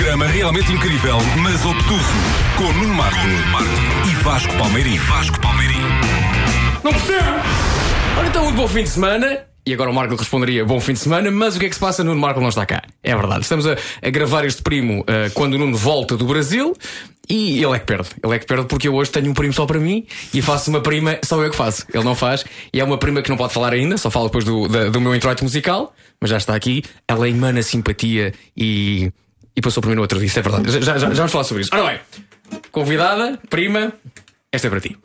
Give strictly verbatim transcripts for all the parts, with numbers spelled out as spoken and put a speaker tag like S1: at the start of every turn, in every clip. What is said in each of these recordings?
S1: Programa realmente incrível, mas obtuso. Com Nuno Marco e Vasco Palmeirim. Vasco Palmeirim.
S2: Não percebo! Ora então, muito bom fim de semana. E agora o Marco responderia bom fim de semana. Mas o que é que se passa? Nuno Marco não está cá. É verdade. Estamos a, a gravar este primo uh, quando o Nuno volta do Brasil. E ele é que perde. Ele é que perde porque eu hoje tenho um primo só para mim e faço uma prima, só eu que faço. Ele não faz. E é uma prima que não pode falar ainda, só fala depois do, da, do meu introito musical. Mas já está aqui. Ela emana simpatia e, e passou por mim no outro dia. Isto é verdade. Já, já, já vamos falar sobre isso. Ora bem, convidada, prima, esta é para ti.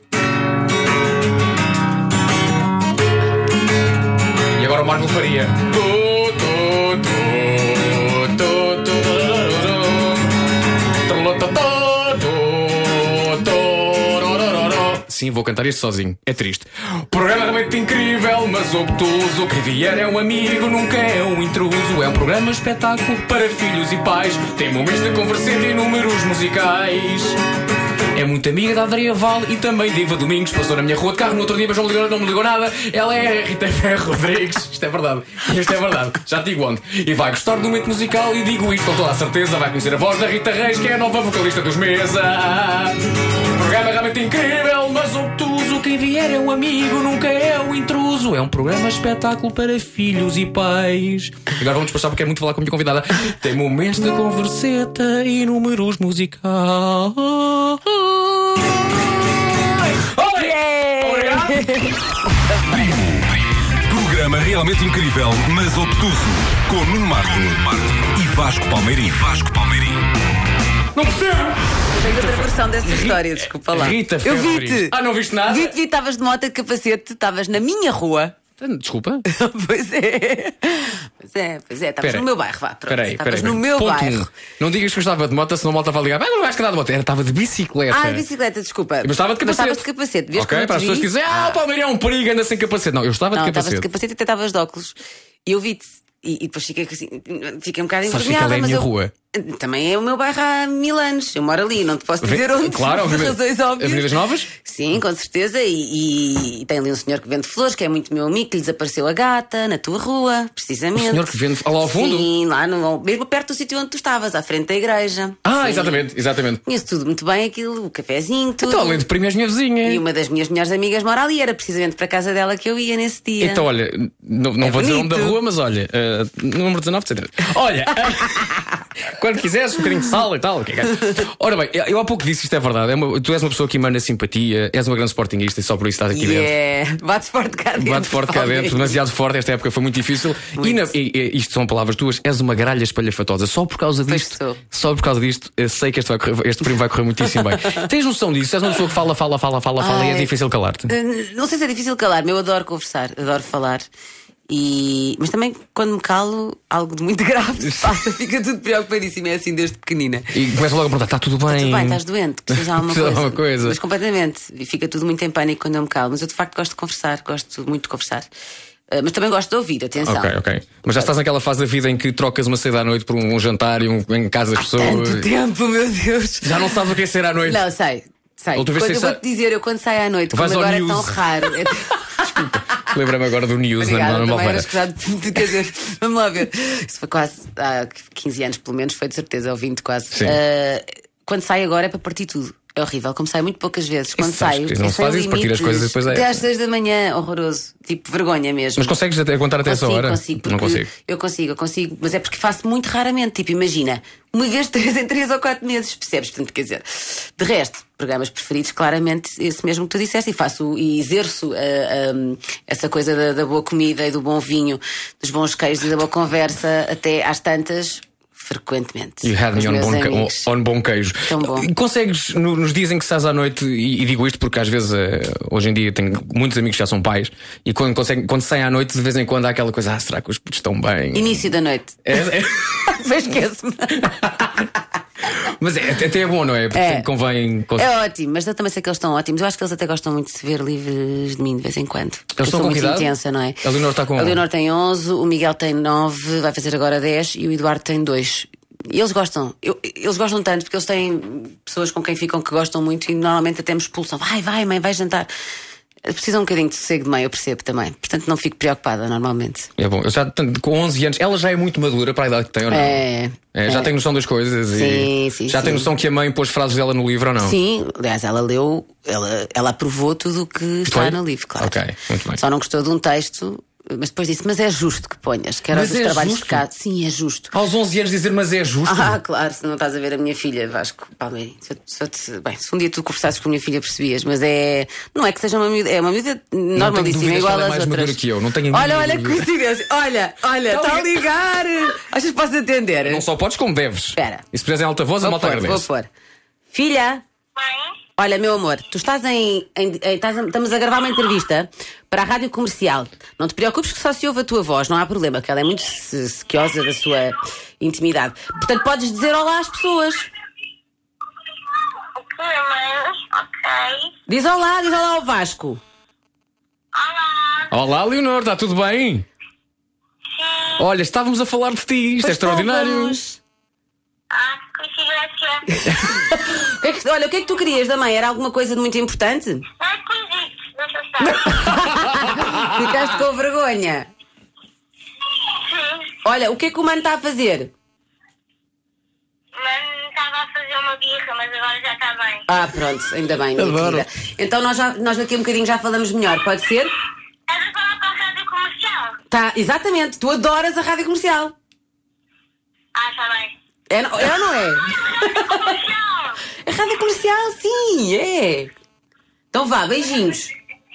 S2: E agora o Marco faria. Sim, vou cantar isto sozinho. É triste. Programa realmente incrível, mas obtuso. Quem vier é um amigo, nunca é um intruso. É um programa espetáculo para filhos e pais. Tem momentos de converseta e números musicais. É muito amiga da Adria Val e também Diva Domingos. Passou na minha rua de carro no outro dia, mas não me ligou, não me ligou nada. Ela é a Rita Ferro Rodrigues. Isto é verdade. Isto é verdade. Já te digo onde. E vai gostar do momento musical e digo isto com toda a certeza. Vai conhecer a voz da Rita Reis, que é a nova vocalista dos Mesa. Programa realmente incrível, mas obtuso. Quem vier é um amigo, nunca é um intruso. É um programa espetáculo para filhos e pais. Agora vamos passar porque é muito falar com a minha convidada. Tem momentos de converseta e números musicais.
S1: Programa realmente incrível, mas obtuso. Com Nuno Marco e Vasco Palmeirim. Vasco Palmeirim.
S2: Não percebo!
S3: Tenho outra versão dessa história, desculpa lá.
S2: Rita
S3: Eu
S2: Ferro
S3: vi-te.
S2: Ah, não viste nada?
S3: Vi-te, estavas de moto de capacete, estavas na minha rua.
S2: Desculpa.
S3: Pois é. Pois é, pois é. Estavas
S2: Pera.
S3: no meu bairro, vá. Pronto.
S2: Peraí,
S3: Estavas
S2: peraí.
S3: no meu
S2: Ponto
S3: bairro.
S2: um. Não digas que eu estava de moto, senão a malta vai ligar. Ah, não vais andar de moto. Era, estava de bicicleta.
S3: Ah, bicicleta, desculpa.
S2: Mas estava de capacete.
S3: Mas estavas de capacete. Vês
S2: Ok,
S3: como
S2: para as
S3: te
S2: pessoas
S3: vi?
S2: que dizem, ah, o Palmeiras é um perigo, anda sem capacete. Não, eu estava
S3: Não,
S2: de
S3: estavas
S2: capacete.
S3: de capacete e até estavas de óculos. E eu vi-te. E, e depois fiquei assim, fiquei um bocado
S2: Sabes que
S3: envergonhada.
S2: aquela é a
S3: mas
S2: minha
S3: eu...
S2: rua.
S3: Também é o meu bairro há mil anos. Eu moro ali, não te posso dizer onde.
S2: Claro,
S3: por
S2: obviamente.
S3: razões óbvias.
S2: Avenidas Novas?
S3: Sim, com certeza. E, e, e tem ali um senhor que vende flores, que é muito meu amigo, que lhe desapareceu a gata na tua rua, precisamente.
S2: O senhor que vende lá ao fundo?
S3: Sim, lá no, mesmo perto do sítio onde tu estavas, à frente da igreja.
S2: Ah,
S3: Sim.
S2: exatamente, exatamente.
S3: Conheço tudo muito bem, aquilo, o cafezinho, tudo.
S2: Então, além de primo, és minha vizinha.
S3: E uma das minhas melhores amigas mora ali, era precisamente para a casa dela que eu ia nesse dia.
S2: Então, olha, não, não
S3: É
S2: vou dizer o nome da
S3: bonito.
S2: rua, mas olha, uh, número dezanove de setembro. Olha, uh, quando quiseres, um bocadinho de sal e tal. Okay, okay. Ora bem, eu há pouco disse isto é verdade. É uma, tu és uma pessoa que emana simpatia, és uma grande sportinguista e só por isso estás aqui
S3: yeah. dentro. Bate forte cá dentro.
S2: Bate forte cá dentro,
S3: Palmeiras.
S2: demasiado forte. Esta época foi muito difícil.
S3: Muito.
S2: E, na, e, e isto são palavras tuas, és uma gralha espalhafatosa. Só por causa
S3: Pois
S2: disto,
S3: sou.
S2: só por causa disto, eu sei que este, vai correr, este primo vai correr muitíssimo bem. Tens noção disso? És uma pessoa que fala, fala, fala, fala, fala e é
S3: Ai.
S2: difícil calar-te.
S3: Uh, Não sei se é difícil calar-me, eu adoro conversar, adoro falar. E... Mas também, quando me calo, algo de muito grave se passa, fica tudo preocupadíssimo. É assim desde pequenina.
S2: E começa logo a perguntar: está tudo bem?
S3: Tudo bem, estás doente, precisas de alguma
S2: Precisa de
S3: coisa.
S2: alguma coisa.
S3: Mas completamente. E fica tudo muito em pânico quando eu me calo. Mas eu de facto gosto de conversar, gosto muito de conversar. Uh, mas também gosto de ouvir, atenção.
S2: Ok, ok. Mas já estás naquela fase da vida em que trocas uma saída à noite por um, um jantar e um, em casa das pessoas.
S3: Tanto tempo, meu Deus.
S2: Já não sabes o que é ser à noite.
S3: Não, sei. Sei.
S2: Outra vez
S3: Quando eu
S2: sei-
S3: vou-te dizer, eu quando saio à noite,
S2: Vais
S3: como
S2: ao
S3: agora é tão
S2: news.
S3: raro. É...
S2: Lembra-me agora do News
S3: Obrigada,
S2: na, na
S3: também
S2: Malveira.
S3: era escusado de quer dizer, vamos lá ver. Isso foi quase há quinze anos, pelo menos, foi de certeza, ou vinte quase.
S2: Sim.
S3: Uh, quando saio agora é para partir tudo. É horrível, como saio muito poucas vezes. Quando
S2: Isso, sabes
S3: saio,
S2: que isso não
S3: é
S2: se
S3: sem
S2: faz isso, partir as
S3: limites.
S2: coisas e depois é-
S3: Até às seis da manhã, horroroso. Tipo, vergonha mesmo.
S2: Mas consegues até aguentar até essa
S3: Consigo,
S2: hora?
S3: consigo,
S2: Não
S3: porque
S2: consigo.
S3: Eu consigo, eu consigo, mas é porque faço muito raramente. Tipo, imagina, uma vez de três em três ou quatro meses, percebes? Portanto, quer dizer, de resto, programas preferidos, claramente, esse mesmo que tu disseste, e faço e exerço uh, um, essa coisa da, da boa comida e do bom vinho, dos bons queijos e da boa conversa, até às tantas. Frequentemente.
S2: You had
S3: com os
S2: me on
S3: meus
S2: bom,
S3: amigos.
S2: on bom queijo.
S3: Tão bom.
S2: E consegues, no, nos dias em que estás à noite, e, e digo isto porque às vezes, eh, hoje em dia, tenho muitos amigos que já são pais, e quando, conseguem, quando saem à noite, de vez em quando há aquela coisa: ah, será que os putos estão bem?
S3: Início da noite.
S2: É, é...
S3: Depois esquece-me.
S2: Mas é, até é bom, não é? Porque
S3: É.
S2: convém.
S3: É ótimo, mas eu também sei que eles estão ótimos. Eu acho que eles até gostam muito de se ver livres de mim de vez em quando. Porque eu
S2: estão
S3: sou
S2: com
S3: muito
S2: que idade?
S3: intensa, não é?
S2: A Leonor está com-
S3: A Leonor tem onze, o Miguel tem nove, vai fazer agora dez e o Eduardo tem dois. E eles gostam, eu, eles gostam tanto porque eles têm pessoas com quem ficam que gostam muito e normalmente até me expulsam. Vai, vai, mãe, vai jantar. Precisa um bocadinho de sossego de mãe, eu percebo também. Portanto, não fico preocupada normalmente.
S2: É bom, eu já com onze anos, ela já é muito madura para a idade que tem, ou não?
S3: É.
S2: É, já
S3: é.
S2: tem noção das coisas
S3: sim,
S2: e
S3: sim,
S2: já
S3: sim.
S2: tem noção que a mãe pôs frases dela no livro ou não?
S3: Sim, aliás, ela leu, ela, ela aprovou tudo o que está
S2: Foi?
S3: no livro, claro.
S2: Ok, muito bem.
S3: Só não gostou de um texto, mas depois disse: mas é justo que ponhas, que era
S2: Mas
S3: os
S2: é
S3: trabalhos
S2: justo?
S3: de casa. Sim, é justo.
S2: Aos onze anos dizer, mas é justo.
S3: Ah, claro, se não estás a ver a minha filha, Vasco Palmeirim. Se, eu- se, eu te- bem, se um dia tu conversasses com a minha filha, percebias, mas é. Não é que seja uma miúda, é uma miúda normalíssima,
S2: dúvidas
S3: igual
S2: que ela é
S3: às
S2: mais
S3: outras.
S2: madura que eu, não tenho a
S3: Olha,
S2: mínima
S3: olha que
S2: dúvida.
S3: coincidência. Olha, olha,
S2: Está
S3: está
S2: a
S3: a ligar. Achas que posso atender?
S2: Não só podes como deves.
S3: Espera.
S2: E se puseres em alta voz, a
S3: Vou
S2: malta
S3: pôr, vou
S2: agradece.
S3: pôr. Filha.
S4: Mãe?
S3: Olha, meu amor, tu estás em. em- em- estás a- estamos a gravar uma entrevista para a rádio comercial. Não te preocupes que só se ouve a tua voz, não há problema, que ela é muito se- sequiosa da sua intimidade. Portanto, podes dizer olá às pessoas.
S4: Ok, mãe. Ok.
S3: Diz olá, diz olá ao Vasco.
S4: Olá.
S2: Olá, Leonor, está tudo bem?
S4: Sim.
S2: Olha, estávamos a falar de ti, isto é
S3: Pois
S2: extraordinário.
S3: estávamos.
S4: Ah, que coincidência.
S3: O que é que- olha, o que é que tu querias da mãe? Era alguma coisa de muito importante?
S4: Não é convite, não se sabe.
S3: Ficaste com vergonha.
S4: Sim.
S3: Olha, o que é que o mano está a fazer?
S4: Mano, estava a fazer uma birra, mas agora já está bem.
S3: Ah, pronto, ainda bem, minha
S2: Adoro.
S3: querida. Então nós, já, nós daqui a um bocadinho já falamos melhor, pode ser?
S4: Estás a falar para a rádio comercial?
S3: Tá, exatamente, tu adoras a rádio comercial.
S4: Ah, está bem.
S3: É, não- é ou não é?
S4: Comercial.
S3: A rádio comercial, sim, é. Então vá, beijinhos.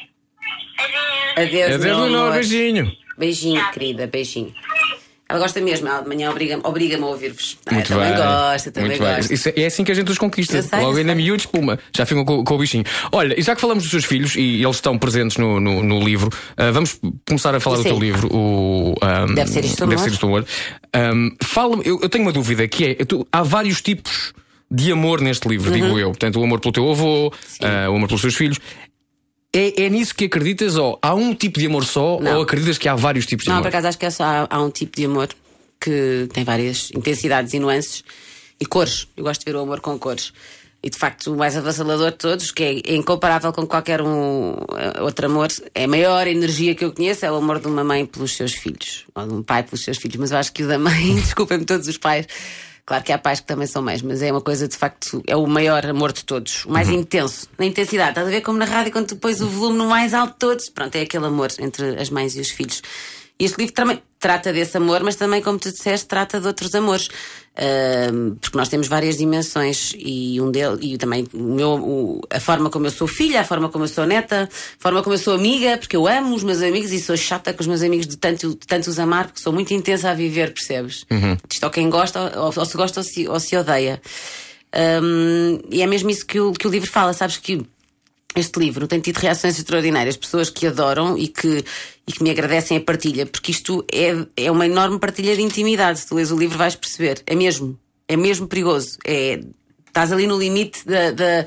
S4: Adeus.
S3: Adeus,
S2: Adeus,
S3: meu
S2: Leonor,
S3: amor.
S2: beijinho.
S3: Beijinho, querida, beijinho. Ela gosta mesmo, ela de manhã obriga-me obriga a ouvir-vos. Ah,
S2: Muito
S3: também
S2: bem.
S3: gosta, também
S2: Muito bem.
S3: gosta.
S2: Isso é é assim que a gente os conquista.
S3: Eu sei,
S2: Logo
S3: eu
S2: ainda
S3: sei.
S2: miúdos, puma, já ficam com, com o bichinho. Olha, e já que falamos dos seus filhos e eles estão presentes no, no, no livro, ah, vamos começar a falar do
S3: Sim.
S2: teu livro. O, ahm,
S3: Deve Ser Isto,
S2: Deve
S3: Amor.
S2: Ser Isto, Amor. Ahm, Fala-me, eu, eu tenho uma dúvida que é: tu, há vários tipos de amor neste livro,
S3: Uhum.
S2: digo eu. Portanto, o amor pelo teu avô, ah, o amor pelos teus filhos. É, é nisso que acreditas? Ou há um tipo de amor só?
S3: Não.
S2: Ou acreditas que há vários tipos de
S3: Não,
S2: amor?
S3: por acaso acho que é só, há, há um tipo de amor que tem várias intensidades e nuances e cores. Eu gosto de ver o amor com cores. E de facto, o mais avassalador de todos, que é incomparável com qualquer um eh, outro amor, é a maior energia que eu conheço, é o amor de uma mãe pelos seus filhos, ou de um pai pelos seus filhos. Mas eu acho que o da mãe, desculpem-me todos os pais, claro que há pais que também são mães, mas é uma coisa de facto, é o maior amor de todos, o mais intenso, na intensidade. Estás a ver como na rádio, quando tu pões o volume no mais alto de todos, pronto, é aquele amor entre as mães e os filhos. E este livro também trata desse amor, mas também, como tu disseste, trata de outros amores. Ahm, porque nós temos várias dimensões e um deles, e também o meu, o- a forma como eu sou filha, a forma como eu sou neta, a forma como eu sou amiga, porque eu amo os meus amigos e sou chata com os meus amigos de tanto, de tanto os amar, porque sou muito intensa a viver, percebes? Isto ou quem gosta, ou, ou se gosta ou se, ou se odeia. Ahm, e é mesmo isso que o, que o livro fala, sabes que este livro tem tido reações extraordinárias, pessoas que adoram e que, e que me agradecem a partilha, porque isto é, é uma enorme partilha de intimidade. Se tu lês o livro vais perceber, é mesmo, é mesmo perigoso. É, estás ali no limite da, da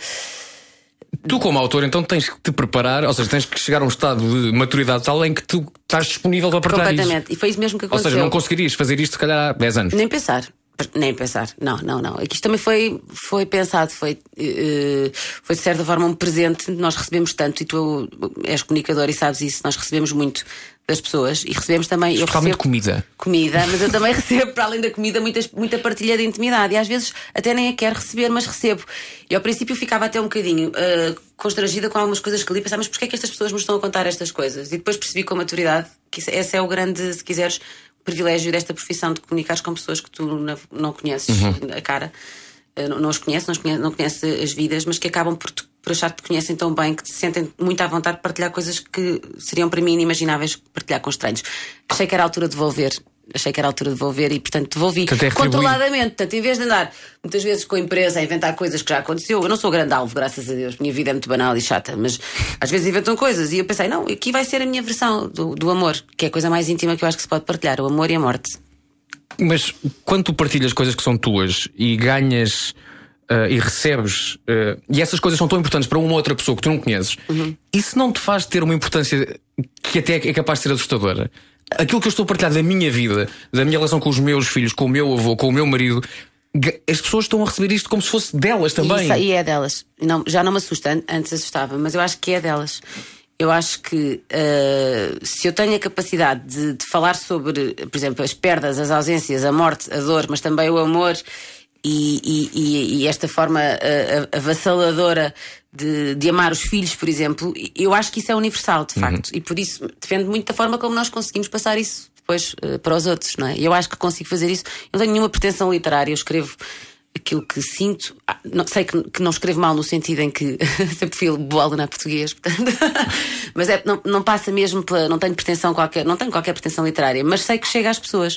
S2: Tu, como autor, então tens que te preparar, ou seja, tens que chegar a um estado de maturidade tal em que tu estás disponível para partilhar isso.
S3: completamente. E foi isso mesmo que
S2: Ou
S3: aconteceu.
S2: seja, não conseguirias fazer isto se calhar há dez anos.
S3: Nem pensar. Nem pensar, não, não, não. Aqui isto também foi, foi pensado, foi, eh, foi de certa forma um presente. Nós recebemos tanto, e tu és comunicador e sabes isso, nós recebemos muito das pessoas e recebemos também. Eu
S2: Especialmente
S3: recebo
S2: comida.
S3: comida, mas eu também recebo, para além da comida, muitas, muita partilha de intimidade. E às vezes até nem a quero receber, mas recebo. E ao princípio ficava até um bocadinho uh, constrangida com algumas coisas que li, pensava, mas porquê é que estas pessoas me estão a contar estas coisas? E depois percebi com maturidade que isso- esse é o grande, se quiseres, privilégio desta profissão, de comunicares com pessoas que tu na- não conheces a cara, uh, não, não os conheces, não, os conhece, não conheces as vidas, mas que acabam por, te- por achar que te conhecem tão bem, que te sentem muito à vontade de partilhar coisas que seriam para mim inimagináveis partilhar com estranhos. Achei que era a altura de devolver. Achei que era a altura de devolver e, portanto, devolvi
S2: Portanto, é retribuir.
S3: controladamente. Portanto, em vez de andar muitas vezes com a empresa a inventar coisas que já aconteceu, eu não sou grande alvo, graças a Deus. Minha vida é muito banal e chata, mas às vezes inventam coisas. E eu pensei, não, aqui vai ser a minha versão do, do amor, que é a coisa mais íntima que eu acho que se pode partilhar: o amor e a morte.
S2: Mas quando tu partilhas coisas que são tuas e ganhas ah, e recebes, ah, e essas coisas são tão importantes para uma outra pessoa que tu não conheces, isso não te faz ter uma importância que até é capaz de ser assustadora? Aquilo que eu estou a partilhar da minha vida, da minha relação com os meus filhos, com o meu avô, com o meu marido, ga- as pessoas estão a receber isto como se fosse delas também.
S3: E, isso, e é delas. Não, já não me assusta, an- antes assustava, mas eu acho que é delas. Eu acho que uh, se eu tenho a capacidade de, de falar sobre, por exemplo, as perdas, as ausências, a morte, a dor, mas também o amor e, e, e, e esta forma uh, avassaladora de, de amar os filhos, por exemplo, eu acho que isso é universal, de facto. Uhum. E por isso depende muito da forma como nós conseguimos passar isso depois uh, para os outros, não é? Eu acho que consigo fazer isso. Eu não tenho nenhuma pretensão literária, eu escrevo aquilo que sinto. Ah, não, sei que, que não escrevo mal no sentido em que sempre fui boa aluna português, portanto, mas é, não, não passa mesmo pela, não tenho pretensão qualquer, não tenho qualquer pretensão literária, mas sei que chega às pessoas.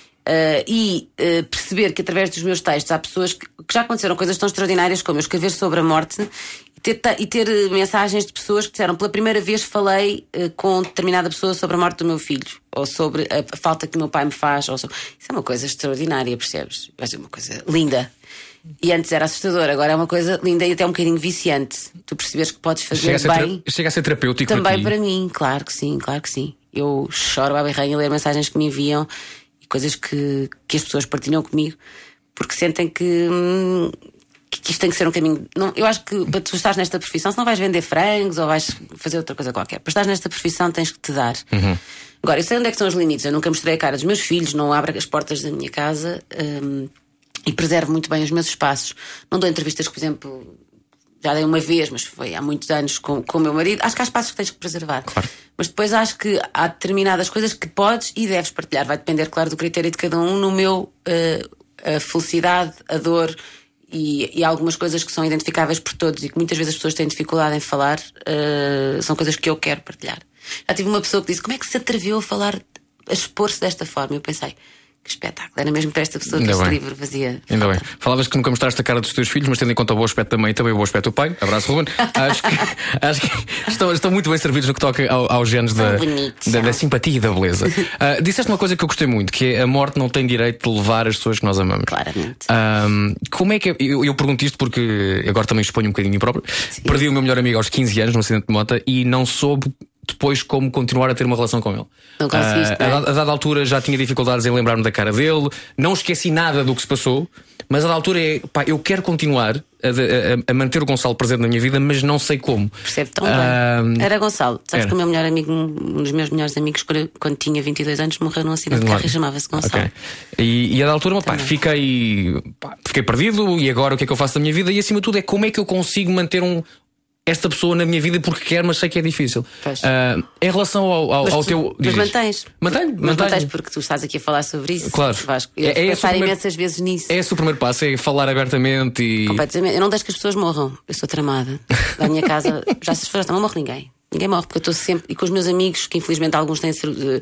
S3: Uh, e uh, perceber que através dos meus textos há pessoas que, que já aconteceram coisas tão extraordinárias como eu escrever sobre a morte e ter, e ter uh, mensagens de pessoas que disseram: pela primeira vez falei uh, com determinada pessoa sobre a morte do meu filho, ou sobre a, a falta que o meu pai me faz, ou sobre... Isso é uma coisa extraordinária, percebes? Vai ser uma coisa linda. E antes era assustador, agora é uma coisa linda e até um bocadinho viciante. Tu perceberes que podes fazer
S2: chega
S3: bem.
S2: Tra... Chega a ser terapêutico
S3: também
S2: para,
S3: para mim, claro que sim, claro que sim. Eu choro à berranha a ler mensagens que me enviam e coisas que, que as pessoas partilham comigo, porque sentem que, hum, que, que isto tem que ser um caminho. Não, eu acho que para tu estás nesta profissão, se não vais vender frangos ou vais fazer outra coisa qualquer, para estás nesta profissão tens que te dar. Uhum. Agora, eu sei onde é que são os limites. Eu nunca mostrei a cara dos meus filhos, não abro as portas da minha casa. Hum, E preservo muito bem os meus espaços. Não dou entrevistas que, por exemplo, já dei uma vez, mas foi há muitos anos com, com o meu marido. Acho que há espaços que tens que preservar. Claro. Mas depois acho que há determinadas coisas que podes e deves partilhar. Vai depender, claro, do critério de cada um. No meu, uh, a felicidade, a dor e, e algumas coisas que são identificáveis por todos e que muitas vezes as pessoas têm dificuldade em falar, uh, são coisas que eu quero partilhar. Já tive uma pessoa que disse: como é que se atreveu a falar, a expor-se desta forma? Eu pensei: que espetáculo, era mesmo para esta pessoa que este livro fazia.
S2: Ainda bem. Falavas que nunca mostraste a cara dos teus filhos, mas tendo em conta o bom aspecto da mãe e também o bom aspecto do pai. Abraço, Ruben. Acho que, acho que estão, estão muito bem servidos no que toca ao, aos genes da, da, da simpatia e da beleza. Uh, disseste uma coisa que eu gostei muito, que é: a morte não tem direito de levar as pessoas que nós amamos.
S3: Claramente.
S2: Uh, como é que é? Eu, eu pergunto isto porque agora também exponho um bocadinho próprio. Sim. Perdi o meu melhor amigo aos quinze anos num acidente de moto e não soube depois como continuar a ter uma relação com ele.
S3: Não conseguiste,
S2: uh, a, a dada altura já tinha dificuldades em lembrar-me da cara dele, não esqueci nada do que se passou, mas a dada altura é: pá, eu quero continuar a, a, a manter o Gonçalo presente na minha vida, mas não sei como.
S3: Percebe tão uh, bem. Era Gonçalo. Sabes era. que o meu melhor amigo, um dos meus melhores amigos, quando tinha vinte e dois anos, morreu num acidente de carro e chamava-se Gonçalo. Okay. E, e a dada altura, pá, fiquei, pá, fiquei perdido. E agora o que é que eu faço da minha vida? E acima de tudo é como é que eu consigo manter um esta pessoa na minha vida porque quero, mas sei que é difícil. Uh, em relação ao, ao, ao tu,
S2: teu.
S3: Mas mantens.
S2: Mantenho,
S3: mas mantens porque tu estás aqui a falar sobre isso.
S2: Claro.
S3: Vasco. Eu é, é pensar primeiro, imensas vezes nisso.
S2: É esse o primeiro passo, é falar abertamente e.
S3: Completamente. Eu não deixo que as pessoas morram. Eu sou tramada. Na minha casa, já se esforçam, não morre ninguém. Ninguém morre, porque eu estou sempre. E com os meus amigos, que infelizmente alguns têm,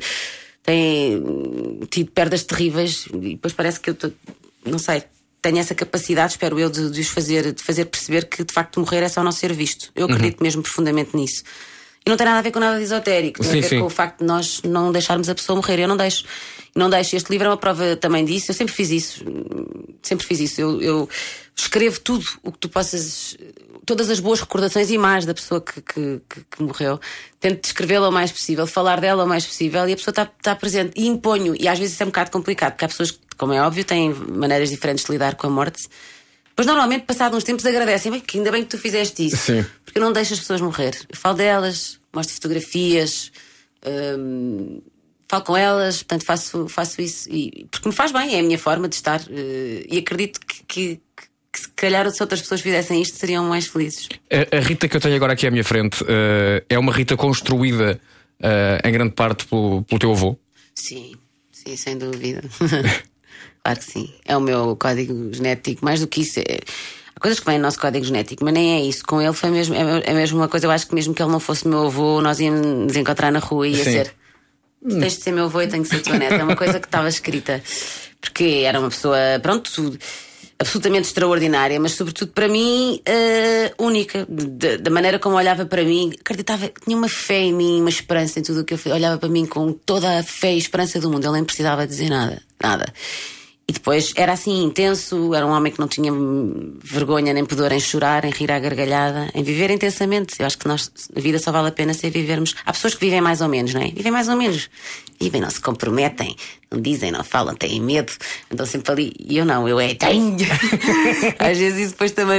S3: têm tido perdas terríveis, e depois parece que eu estou. Não sei. Tenho essa capacidade, espero eu, de, de os fazer, de fazer perceber que de facto morrer é só não ser visto. Eu acredito uhum. mesmo profundamente nisso. E não tem nada a ver com nada de esotérico, tem sim, a ver sim. com o facto de nós não deixarmos a pessoa morrer. Eu não deixo. Não deixo. Este livro é uma prova também disso. Eu sempre fiz isso. Sempre fiz isso. Eu, eu escrevo tudo o que tu possas. Todas as boas recordações e mais da pessoa que, que, que, que morreu. Tento descrevê-la o mais possível, falar dela o mais possível, e a pessoa está, está presente. E imponho. E às vezes isso é um bocado complicado, porque há pessoas que, como é óbvio, têm maneiras diferentes de lidar com a morte. Pois normalmente, passados uns tempos, agradecem: que ainda bem que tu fizeste isso.
S2: Sim.
S3: Porque eu não deixo as pessoas morrer. Eu falo delas, mostro fotografias, hum, falo com elas, portanto faço, faço isso. E, porque me faz bem, é a minha forma de estar. Uh, e acredito que, que, que se calhar se outras pessoas fizessem isto seriam mais felizes.
S2: A, a Rita que eu tenho agora aqui à minha frente uh, é uma Rita construída uh, em grande parte pelo, pelo teu avô?
S3: Sim, sim, sem dúvida. Claro que sim. É o meu código genético. Mais do que isso, é... há coisas que vêm no nosso código genético, mas nem é isso. Com ele foi mesmo, é mesmo uma coisa. Eu acho que mesmo que ele não fosse meu avô, nós íamos nos encontrar na rua e ia sim. ser: tens de ser meu avô e tenho de ser tua neta. É uma coisa que estava escrita. Porque era uma pessoa, pronto, tudo, absolutamente extraordinária, mas sobretudo para mim uh, única. De, da maneira como olhava para mim, acreditava, tinha uma fé em mim, uma esperança em tudo o que eu fiz. Olhava para mim com toda a fé e esperança do mundo. Ele nem precisava dizer nada, nada. E depois era assim, intenso. Era um homem que não tinha vergonha nem pudor em chorar, em rir à gargalhada, em viver intensamente. Eu acho que nós, a vida só vale a pena se vivermos. Há pessoas que vivem mais ou menos, não é? Vivem mais ou menos. Vivem, não se comprometem, não dizem, não falam, têm medo, andam sempre ali. E eu não, eu é tenho. Às vezes isso depois também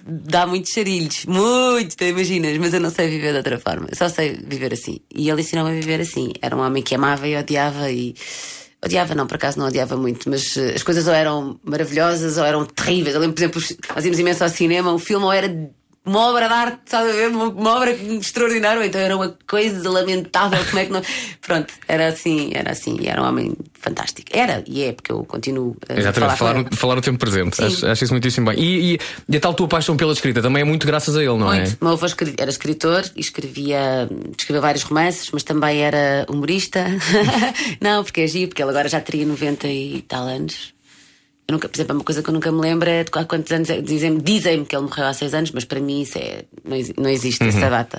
S3: dá muitos charilhos, muitos, tu imaginas, mas eu não sei viver de outra forma, eu só sei viver assim. E ele ensinou-me a viver assim. Era um homem que amava e odiava e... Odiava, não, por acaso não odiava muito, mas uh, as coisas ou eram maravilhosas ou eram terríveis. Eu lembro, por exemplo, nós íamos imenso ao cinema, um filme ou era uma obra de arte, sabe a ver? Uma, uma obra extraordinária, ou então era uma coisa lamentável, como é que não... Pronto, era assim, era assim, e era um homem fantástico. Era, e é, porque eu continuo a
S2: Exatamente,
S3: falar,
S2: falar, no, falar no tempo presente. Acho, acho isso muitíssimo bem. E, e, e a tal tua paixão pela escrita também é muito graças a ele, não
S3: muito.
S2: é?
S3: O meu avô era escritor e escrevia, escrevia vários romances, mas também era humorista. Não, porque é giro, porque ele agora já teria noventa e tal anos. Eu nunca, por exemplo, uma coisa que eu nunca me lembro é de há quantos anos. Dizem-me dizem que ele morreu há seis anos, mas para mim isso é, não, não existe, uhum. essa data.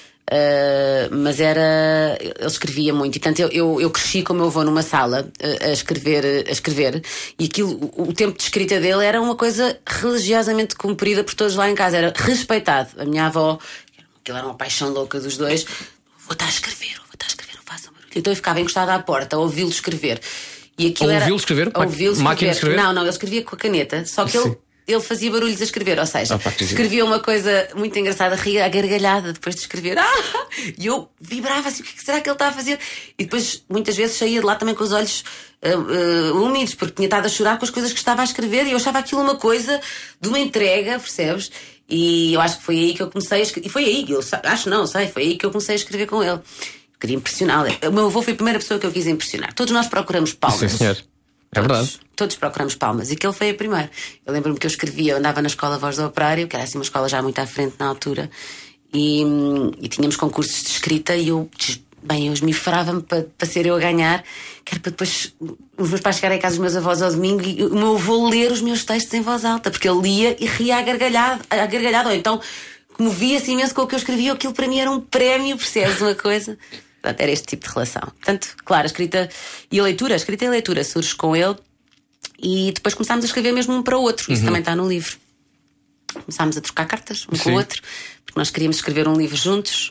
S3: Uh, mas era. Ele escrevia muito, e portanto eu, eu, eu cresci com o meu avô numa sala a, a, escrever, a escrever, e aquilo, o, o tempo de escrita dele era uma coisa religiosamente cumprida por todos lá em casa, era respeitado. A minha avó, aquilo era uma paixão louca dos dois, vou estar a escrever, vou estar a escrever, não façam barulho. Então eu ficava encostada à porta a ouvi-lo escrever. E aquilo
S2: ou
S3: era.
S2: Ouvi-lo escrever?
S3: Ouvi-lo escrever.
S2: Máquina de escrever?
S3: Não, não, ele escrevia com a caneta, só que ele. Ele fazia barulhos a escrever, ou seja,
S2: ah,
S3: escrevia uma coisa muito engraçada, ria a gargalhada depois de escrever. Ah! E eu vibrava assim, o que será que ele está a fazer? E depois, muitas vezes, saía de lá também com os olhos uh, uh, úmidos, porque tinha estado a chorar com as coisas que estava a escrever, e eu achava aquilo uma coisa de uma entrega, percebes? E eu acho que foi aí que eu comecei a escrever. E foi aí, eu acho não, sei, foi aí que eu comecei a escrever com ele. Eu queria impressioná-lo. O meu avô foi a primeira pessoa que eu quis impressionar. Todos nós procuramos palmas.
S2: Sim, senhor. É
S3: Todos,
S2: verdade.
S3: Todos procuramos palmas. E aquele foi a primeira. Eu lembro-me que eu escrevia, eu andava na escola Voz do Operário, que era assim uma escola já muito à frente na altura, e, e tínhamos concursos de escrita, e eu, bem, eu esmiferava-me para, para ser eu a ganhar, que era para depois os meus pais chegarem a casa dos meus avós ao domingo e o meu avô ler os meus textos em voz alta, porque ele lia e ria a gargalhada, a gargalhada ou então comovia-se imenso com o que eu escrevia. Aquilo para mim era um prémio, percebes uma coisa? Portanto, era este tipo de relação. Portanto, claro, a escrita e a leitura, a escrita e a leitura surge com ele, e depois começámos a escrever mesmo um para o outro. Isso uhum. também está no livro. Começámos a trocar cartas um Sim. com o outro, porque nós queríamos escrever um livro juntos.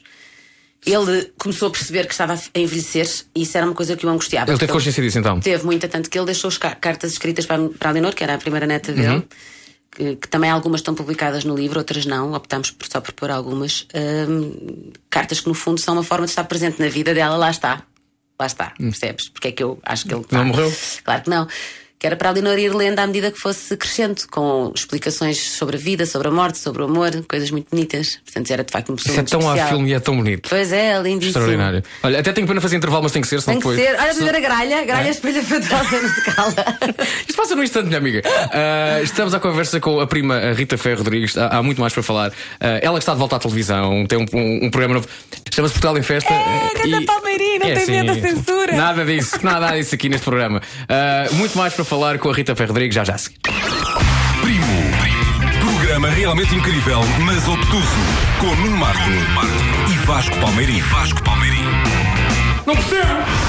S3: Ele começou a perceber que estava a envelhecer, e isso era uma coisa que o angustiava.
S2: Ele teve consciência disso, então?
S3: Teve muita, tanto que ele deixou as cartas escritas para, para a Leonor, que era a primeira neta dele. Uhum. Que, que também algumas estão publicadas no livro, outras não, optámos por, só por pôr algumas. Hum, cartas que no fundo são uma forma de estar presente na vida dela, lá está. Lá está, hum. percebes? Porque é que eu acho que ele.
S2: Não morreu?
S3: Claro que não. Que era para a Leonor ir lendo à medida que fosse crescendo, com explicações sobre a vida, sobre a morte, sobre o amor, coisas muito bonitas. Portanto, era de facto uma pessoa.
S2: Isso é tão
S3: especial.
S2: A filme e é tão bonito.
S3: Pois é, lindíssimo.
S2: Extraordinário. Olha, até tenho pena fazer intervalo, mas tem que ser, senão
S3: tem que
S2: depois.
S3: ser. Olha, a dizer a gralha, a gralha é? Espelha fatal, não se cala.
S2: Isto passa num instante, minha amiga. Uh, estamos à conversa com a prima a Rita Ferro Rodrigues. Há, há muito mais para falar. Uh, ela que está de volta à televisão, tem um, um, um programa novo. Chama-se Portugal em Festa.
S5: É, ganda e... Palmeirinho, não é, tem medo da censura.
S2: Nada disso, nada disso aqui neste programa. Uh, muito mais para falar com a Rita Ferro Rodrigues, já já a seguir.
S1: Primo, Primo, programa realmente incrível, mas obtuso, com Nuno Marco e Vasco Palmeirinho. Vasco Palmeirinho.
S2: Não percebo!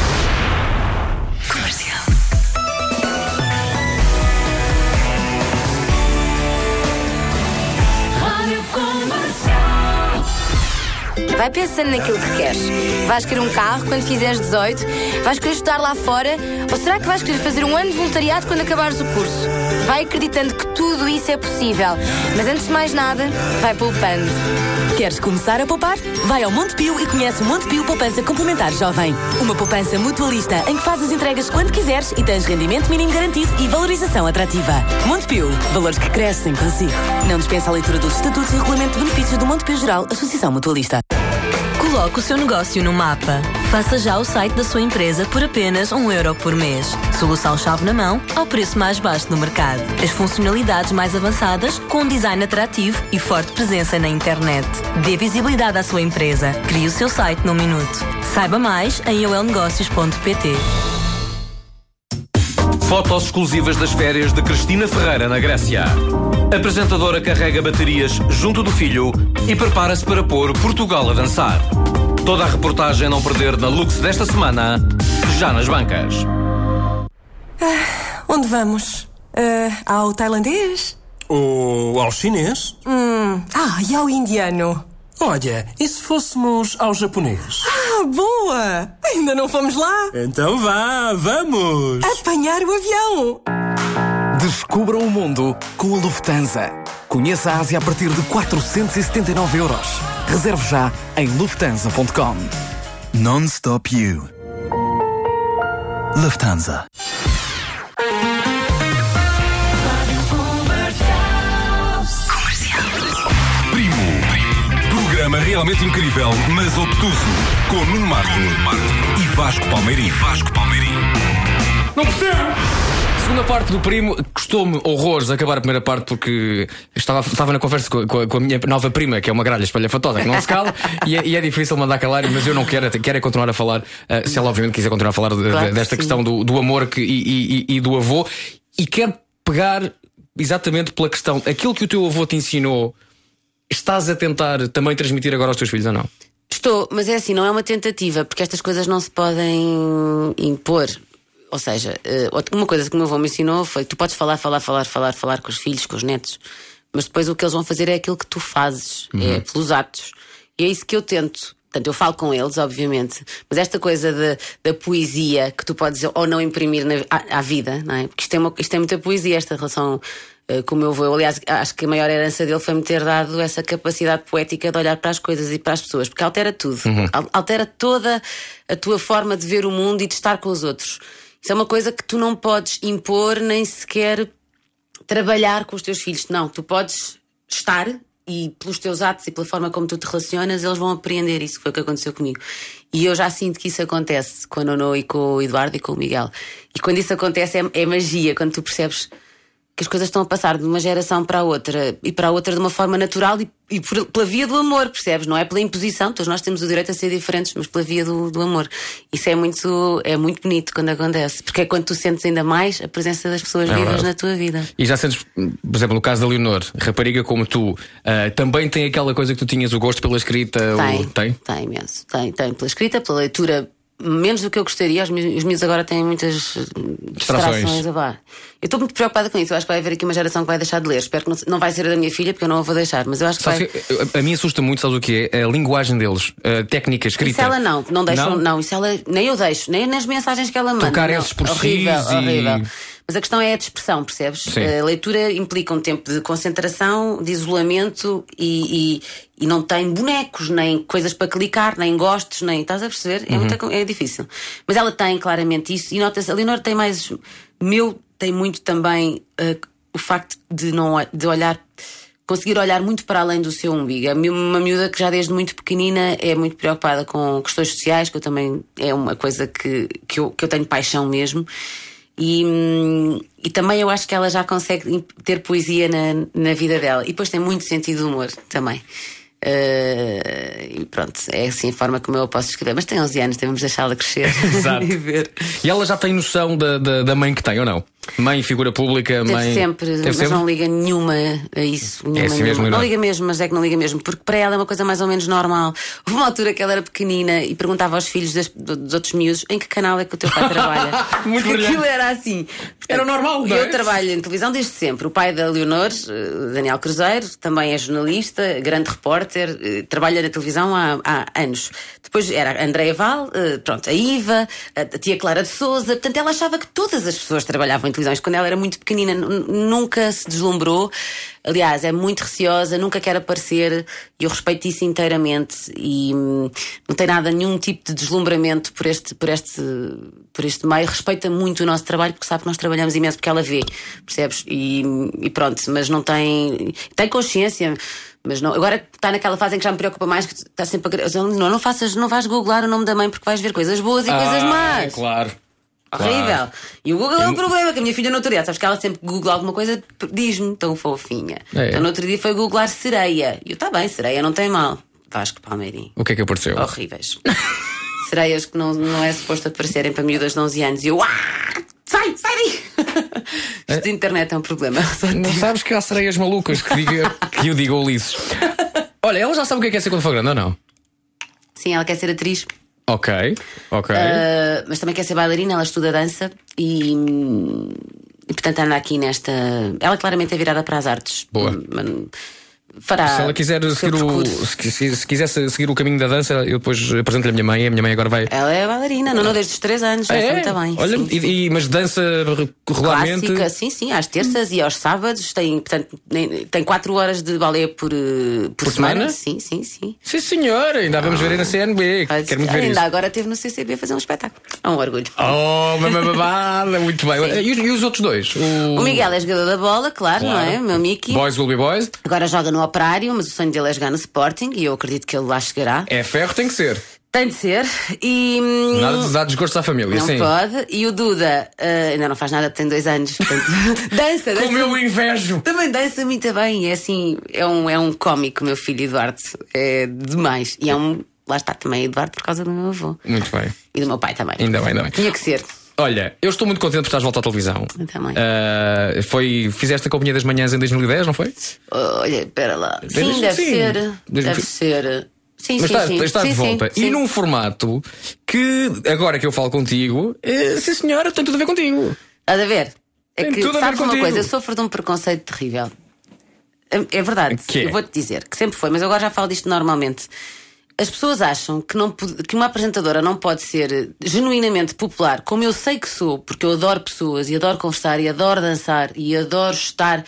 S5: Comercial. Rádio Comercial.
S6: Vai pensando naquilo que queres. Vais querer um carro quando fizeres dezoito? Vais querer estudar lá fora? Ou será que vais querer fazer um ano de voluntariado quando acabares o curso? Vai acreditando que tudo isso é possível. Mas antes de mais nada, vai poupando.
S5: Queres começar a poupar? Vai ao Montepio e conhece o Montepio Poupança Complementar Jovem. Uma poupança mutualista em que fazes entregas quando quiseres e tens rendimento mínimo garantido e valorização atrativa. Montepio, valores que crescem consigo. Não dispensa a leitura dos estatutos e regulamento de benefícios do Montepio Geral, Associação Mutualista.
S7: Coloque o seu negócio no mapa. Faça já o site da sua empresa por apenas um euro por mês. Solução-chave na mão, ao preço mais baixo do mercado. As funcionalidades mais avançadas, com um design atrativo e forte presença na internet. Dê visibilidade à sua empresa. Crie o seu site num minuto. Saiba mais em i o l negócios ponto p t.
S8: Fotos exclusivas das férias de Cristina Ferreira na Grécia. A apresentadora carrega baterias junto do filho e prepara-se para pôr Portugal a dançar. Toda a reportagem a não perder na Lux desta semana, já nas bancas.
S5: Ah, onde vamos? Uh, ao tailandês?
S9: Ou ao chinês?
S5: Hum, ah, e ao indiano?
S9: Olha, e se fôssemos ao japonês?
S5: Ah, boa! Ainda não fomos lá?
S9: Então vá, vamos!
S5: Apanhar o avião!
S10: Descubra o mundo com a Lufthansa. Conheça a Ásia a partir de quatrocentos e setenta e nove euros. Reserve já em lufthansa ponto com. Non-stop you. Lufthansa.
S1: Primo. Programa realmente incrível, mas obtuso. Com Nuno Marco e Vasco Palmeirim. Vasco Palmeirim.
S2: Não percebo! Segunda parte do Primo, custou-me horrores acabar a primeira parte porque estava, estava na conversa com a, com a minha nova prima, que é uma gralha espalhafatosa que não se cala, e, é, e é difícil mandar calar, mas eu não quero, quero é continuar a falar, uh, se ela obviamente quiser continuar a falar de,
S3: Claro que
S2: desta
S3: sim.
S2: questão do, do amor que, e, e, e do avô, e quero pegar exatamente pela questão, aquilo que o teu avô te ensinou, estás a tentar também transmitir agora aos teus filhos ou não?
S3: Estou, mas é assim, não é uma tentativa, porque estas coisas não se podem impor. Ou seja, uma coisa que o meu avô me ensinou foi que tu podes falar, falar, falar, falar, falar com os filhos, com os netos, mas depois o que eles vão fazer é aquilo que tu fazes, uhum. é pelos atos. E é isso que eu tento. Portanto, eu falo com eles, obviamente, mas esta coisa de, da poesia que tu podes ou não imprimir na, à, à vida, não é? Porque isto é, uma, isto é muita poesia, esta relação uh, com o meu avô. Eu, aliás, acho que a maior herança dele foi me ter dado essa capacidade poética de olhar para as coisas e para as pessoas, porque altera tudo, uhum. altera toda a tua forma de ver o mundo e de estar com os outros. Isso é uma coisa que tu não podes impor nem sequer trabalhar com os teus filhos. Não, tu podes estar e pelos teus atos e pela forma como tu te relacionas, eles vão apreender. Isso foi o que aconteceu comigo. E eu já sinto que isso acontece com a Nono e com o Eduardo e com o Miguel. E quando isso acontece é, é magia, quando tu percebes que as coisas estão a passar de uma geração para a outra e para a outra de uma forma natural e, e por, pela via do amor, percebes? Não é pela imposição, todos nós temos o direito a ser diferentes, mas pela via do, do amor. Isso é muito, é muito bonito quando acontece, porque é quando tu sentes ainda mais a presença das pessoas
S2: é
S3: vivas
S2: verdade.
S3: na tua vida.
S2: E já sentes, por exemplo, no caso da Leonor, rapariga como tu, uh, também tem aquela coisa que tu tinhas o gosto pela escrita?
S3: Tem,
S2: ou... tem?
S3: Tem imenso. Tem, tem pela escrita, pela leitura. Menos do que eu gostaria, os meus, os meus agora têm muitas distrações. distrações eu estou muito preocupada com isso. Eu acho que vai haver aqui uma geração que vai deixar de ler. Espero que não, não vai ser a da minha filha, porque eu não a vou deixar. Mas eu acho que
S2: Sabes
S3: vai.
S2: Que a, a mim assusta muito, sabes o que é? A linguagem deles, a técnica escrita.
S3: Isso ela não, não deixam,
S2: não?
S3: não, isso ela nem eu deixo, nem nas mensagens que ela manda.
S2: Trocar
S3: não.
S2: esses por
S3: horrível,
S2: X e...
S3: horrível. Mas a questão é a de expressão, percebes?
S2: Sim.
S3: A leitura implica um tempo de concentração, de isolamento e, e, e não tem bonecos, nem coisas para clicar, nem gostos, nem. Estás a perceber? É,
S2: Uhum.
S3: muito, é difícil. Mas ela tem claramente isso e nota-se. A Leonor tem mais. Meu, tem muito também uh, o facto de, não, de olhar. Conseguir olhar muito para além do seu umbigo. É uma miúda que já desde muito pequenina é muito preocupada com questões sociais, que eu também. É uma coisa que, que, eu, que eu tenho paixão mesmo. E, e também eu acho que ela já consegue ter poesia na, na vida dela. E depois tem muito sentido de humor também. Uh, e pronto, é assim a forma como eu posso escrever. Mas tem onze anos, devemos deixá-la crescer.
S2: Exato.
S3: E ver.
S2: E ela já tem noção da, da, da mãe que tem ou não? Mãe, figura pública,
S3: Teve
S2: mãe.
S3: sempre,
S2: Teve
S3: mas
S2: sempre?
S3: não liga nenhuma a isso. Nenhuma,
S2: É assim mesmo,
S3: nenhuma.
S2: Leonor?
S3: Não liga mesmo, mas é que não liga mesmo, porque para ela é uma coisa mais ou menos normal. Houve uma altura que ela era pequenina e perguntava aos filhos das, dos outros miúdos em que canal é que o teu pai trabalha.
S2: Muito
S3: Porque
S2: brilhante.
S3: aquilo era assim.
S2: Era normal, não é?
S3: Eu trabalho em televisão desde sempre. O pai da Leonor, eh, Daniel Cruzeiro, também é jornalista, grande repórter, eh, trabalha na televisão há, há anos. Depois era a Andréia Val, eh, pronto, a Iva, a tia Clara de Souza. Portanto, ela achava que todas as pessoas trabalhavam em televisões. Quando ela era muito pequenina, n- nunca se deslumbrou. Aliás, é muito receosa, nunca quer aparecer. E eu respeito isso inteiramente. E hum, não tem nada, nenhum tipo de deslumbramento por este, por este, por este meio. Respeita muito o nosso trabalho, porque sabe que nós trabalhamos imenso, porque ela vê, percebes? E, e pronto, mas não tem. Tem consciência. Mas não, agora está naquela fase em que já me preocupa mais, que está sempre a. Não, não faças, não vais googlar o nome da mãe, porque vais ver coisas boas e
S2: Ah,
S3: coisas más.
S2: Claro.
S3: Horrível.
S2: Claro.
S3: E o Google é um
S2: Eu-
S3: problema, que a minha filha no outro dia, sabes que ela sempre que googla alguma coisa, diz-me, tão fofinha.
S2: É.
S3: Então no outro dia foi googlar sereia. E eu, está bem, sereia não tem mal. Vasco Palmeirim.
S2: O que é que apareceu?
S3: Horríveis. Sereias que não, não é suposto aparecerem para miúdas de onze anos. E eu, ah, sai, sai daí. Isto de internet é um problema. Só
S2: Não
S3: digo.
S2: sabes que há sereias malucas que, diga, que eu digo Ulisses. Olha, ela já sabe o que é que é ser quando for grande ou não?
S3: Sim, ela quer ser atriz.
S2: Ok, ok.
S3: Uh, mas também quer ser bailarina, ela estuda dança e, e portanto anda aqui nesta. Ela claramente é virada para as artes.
S2: Boa.
S3: Mas, fará.
S2: Se ela quiser
S3: o
S2: seguir o, se, se, se quisesse seguir o caminho da dança, eu depois apresento-lhe a minha mãe. A minha mãe agora vai.
S3: Ela é bailarina, não, não desde os três anos, já
S2: Ah, é?
S3: muito bem.
S2: Olha,
S3: sim,
S2: e,
S3: sim.
S2: e- mas dança regularmente.
S3: Clássica, sim, sim, às terças e aos sábados. Tem, portanto, nem- tem quatro horas de balé por, eh, por,
S2: Por semana?
S3: Sim, sim, sim.
S2: Sim, senhora, ainda a vamos ver aí na C N B.
S3: Mas
S2: Quero muito ver
S3: ainda
S2: isso.
S3: agora esteve no C C B a fazer um espetáculo. É um orgulho.
S2: Oh, mamababada, muito bem. E, os- e os outros dois? O,
S3: O Miguel é jogador da bola, claro,
S2: Claro.
S3: não é? O meu Mickey.
S2: Boys will be boys.
S3: Agora joga no Operário, mas o sonho dele é jogar no Sporting e eu acredito que ele lá chegará.
S2: É ferro, tem que ser.
S3: Tem de ser. E. hum,
S2: Nada de dar desgosto à família,
S3: Não
S2: sim.
S3: pode. E o Duda eh, ainda não faz nada, tem dois anos. Portanto, dança, dança.
S2: Como eu invejo.
S3: Também dança muito bem. É assim, é um, é um cómico, meu filho Eduardo. É demais. E é um. Lá está também Eduardo por causa do meu avô.
S2: Muito bem.
S3: E do meu pai também.
S2: Ainda bem, ainda bem.
S3: Tinha que ser.
S2: Olha, eu estou muito contente por estás de volta à televisão.
S3: Eu também.
S2: Ah, foi, fizeste a Companhia das Manhãs em dois mil e dez, não foi?
S3: Olha, espera lá.
S2: Desde-
S3: Sim, deve
S2: sim.
S3: ser.
S2: Desde-
S3: Deve ser. Sim,
S2: Mas
S3: sim,
S2: estás,
S3: sim.
S2: estás
S3: Sim,
S2: de volta.
S3: sim,
S2: E
S3: sim.
S2: num formato que, agora que eu falo contigo, eh, sim senhora, tem tudo a ver contigo.
S3: Estás a ver? É
S2: Tem
S3: que,
S2: tudo a ver
S3: sabes uma
S2: contigo.
S3: coisa, eu sofro de um preconceito terrível. É, é verdade,
S2: Que é?
S3: eu vou-te dizer que sempre foi, mas eu agora já falo disto normalmente. As pessoas acham que, não, pode- que uma apresentadora não pode ser genuinamente popular, como eu sei que sou, porque eu adoro pessoas e adoro conversar e adoro dançar e adoro estar.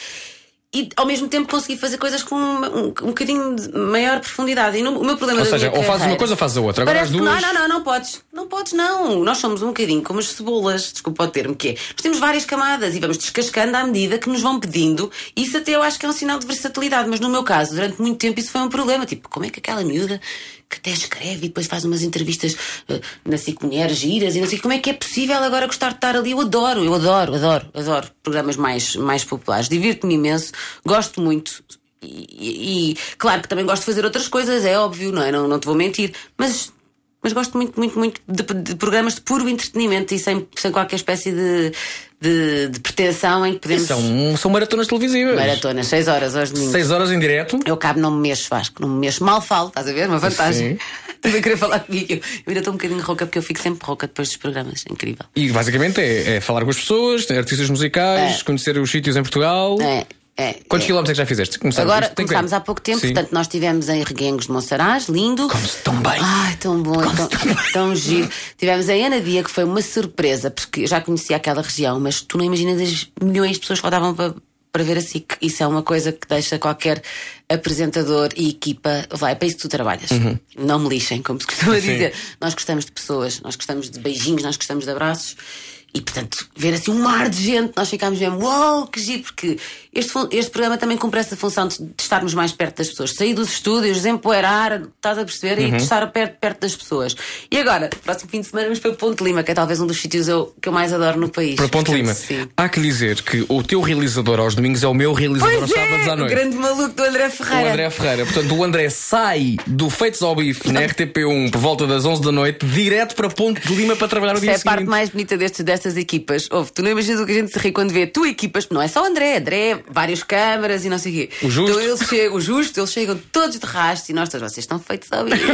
S3: E ao mesmo tempo conseguir fazer coisas com um, um, um bocadinho de maior profundidade. E no- o meu problema
S2: Ou
S3: da
S2: seja,
S3: minha
S2: ou fazes uma
S3: carreira-
S2: coisa ou fazes a outra. Agora
S3: Parece
S2: as
S3: que
S2: duas.
S3: não, não, não, não podes. Não podes, não. Nós somos um bocadinho como as cebolas, desculpa o termo, que é. Nós temos várias camadas e vamos descascando à medida que nos vão pedindo. E isso até eu acho que é um sinal de versatilidade. Mas no meu caso, durante muito tempo, isso foi um problema. Tipo, como é que aquela miúda que até escreve e depois faz umas entrevistas uh, na SIC Mulheres giras e não sei como é que é possível agora gostar de estar ali. Eu adoro, eu adoro, adoro, adoro programas mais, mais populares. Divirto-me imenso, gosto muito. E, e- e, claro que também gosto de fazer outras coisas, é óbvio, não é? Não, não te vou mentir. Mas, mas gosto muito, muito, muito de, de programas de puro entretenimento e sem, sem qualquer espécie de, de, de pretensão em que podemos.
S2: São, são maratonas televisivas.
S3: Maratonas, seis horas aos domingos.
S2: Seis horas em direto.
S3: Eu cabo, não me mexo, Vasco, não me mexo. Mal falo, estás a ver? Uma vantagem.
S2: Sim.
S3: Também queria falar comigo. Eu ainda estou um bocadinho rouca porque eu fico sempre rouca depois dos programas. Incrível.
S2: E basicamente é, é falar com as pessoas, artistas musicais,
S3: É.
S2: conhecer os sítios em Portugal.
S3: É, é.
S2: Quantos
S3: é.
S2: quilómetros é que já fizeste? Começaram
S3: Agora
S2: isto? Tem
S3: começámos
S2: que-
S3: há pouco tempo,
S2: Sim.
S3: portanto nós estivemos em Reguengos de Monsaraz, lindo.
S2: Come-se tão bem.
S3: Ai, tão bom, tão, tão giro. Tivemos em Anadia, que foi uma surpresa, porque eu já conhecia aquela região, mas tu não imaginas as milhões de pessoas que faltavam para, para ver a S I C. Isso é uma coisa que deixa qualquer apresentador e equipa. Vai, é para isso que tu trabalhas. Não me lixem, como se costuma dizer. Nós gostamos de pessoas, nós gostamos de beijinhos, nós gostamos de abraços. E, portanto, ver assim um mar de gente, nós ficámos mesmo, uau, que giro, porque este, fun- este programa também cumpre essa função de, de estarmos mais perto das pessoas, sair dos estúdios, desempoeirar, estás a perceber, e de estar perto, perto das pessoas. E agora, próximo fim de semana, vamos para Ponte Lima, que é talvez um dos sítios eu, que eu mais adoro no país.
S2: Para Ponte
S3: Portanto,
S2: Lima.
S3: Sim.
S2: Há que dizer que o teu realizador aos domingos é o meu realizador aos
S3: Pois
S2: sábados à
S3: é, o
S2: noite.
S3: grande maluco do André Ferreira.
S2: O André Ferreira. Portanto, o André sai do Feitos ao Bife na R T P um por volta das onze da noite, direto para Ponte de Lima para trabalhar no
S3: Isso
S2: dia
S3: é a parte
S2: seguinte.
S3: mais bonita destes, destas equipas. Ouve, tu não imaginas o que a gente se ri quando vê tu equipas, não é só o André, André, várias câmaras e não sei o quê.
S2: O Justo.
S3: Então eles chegam, o Justo, eles chegam todos de rastro e nós todos, vocês estão feitos ao bife.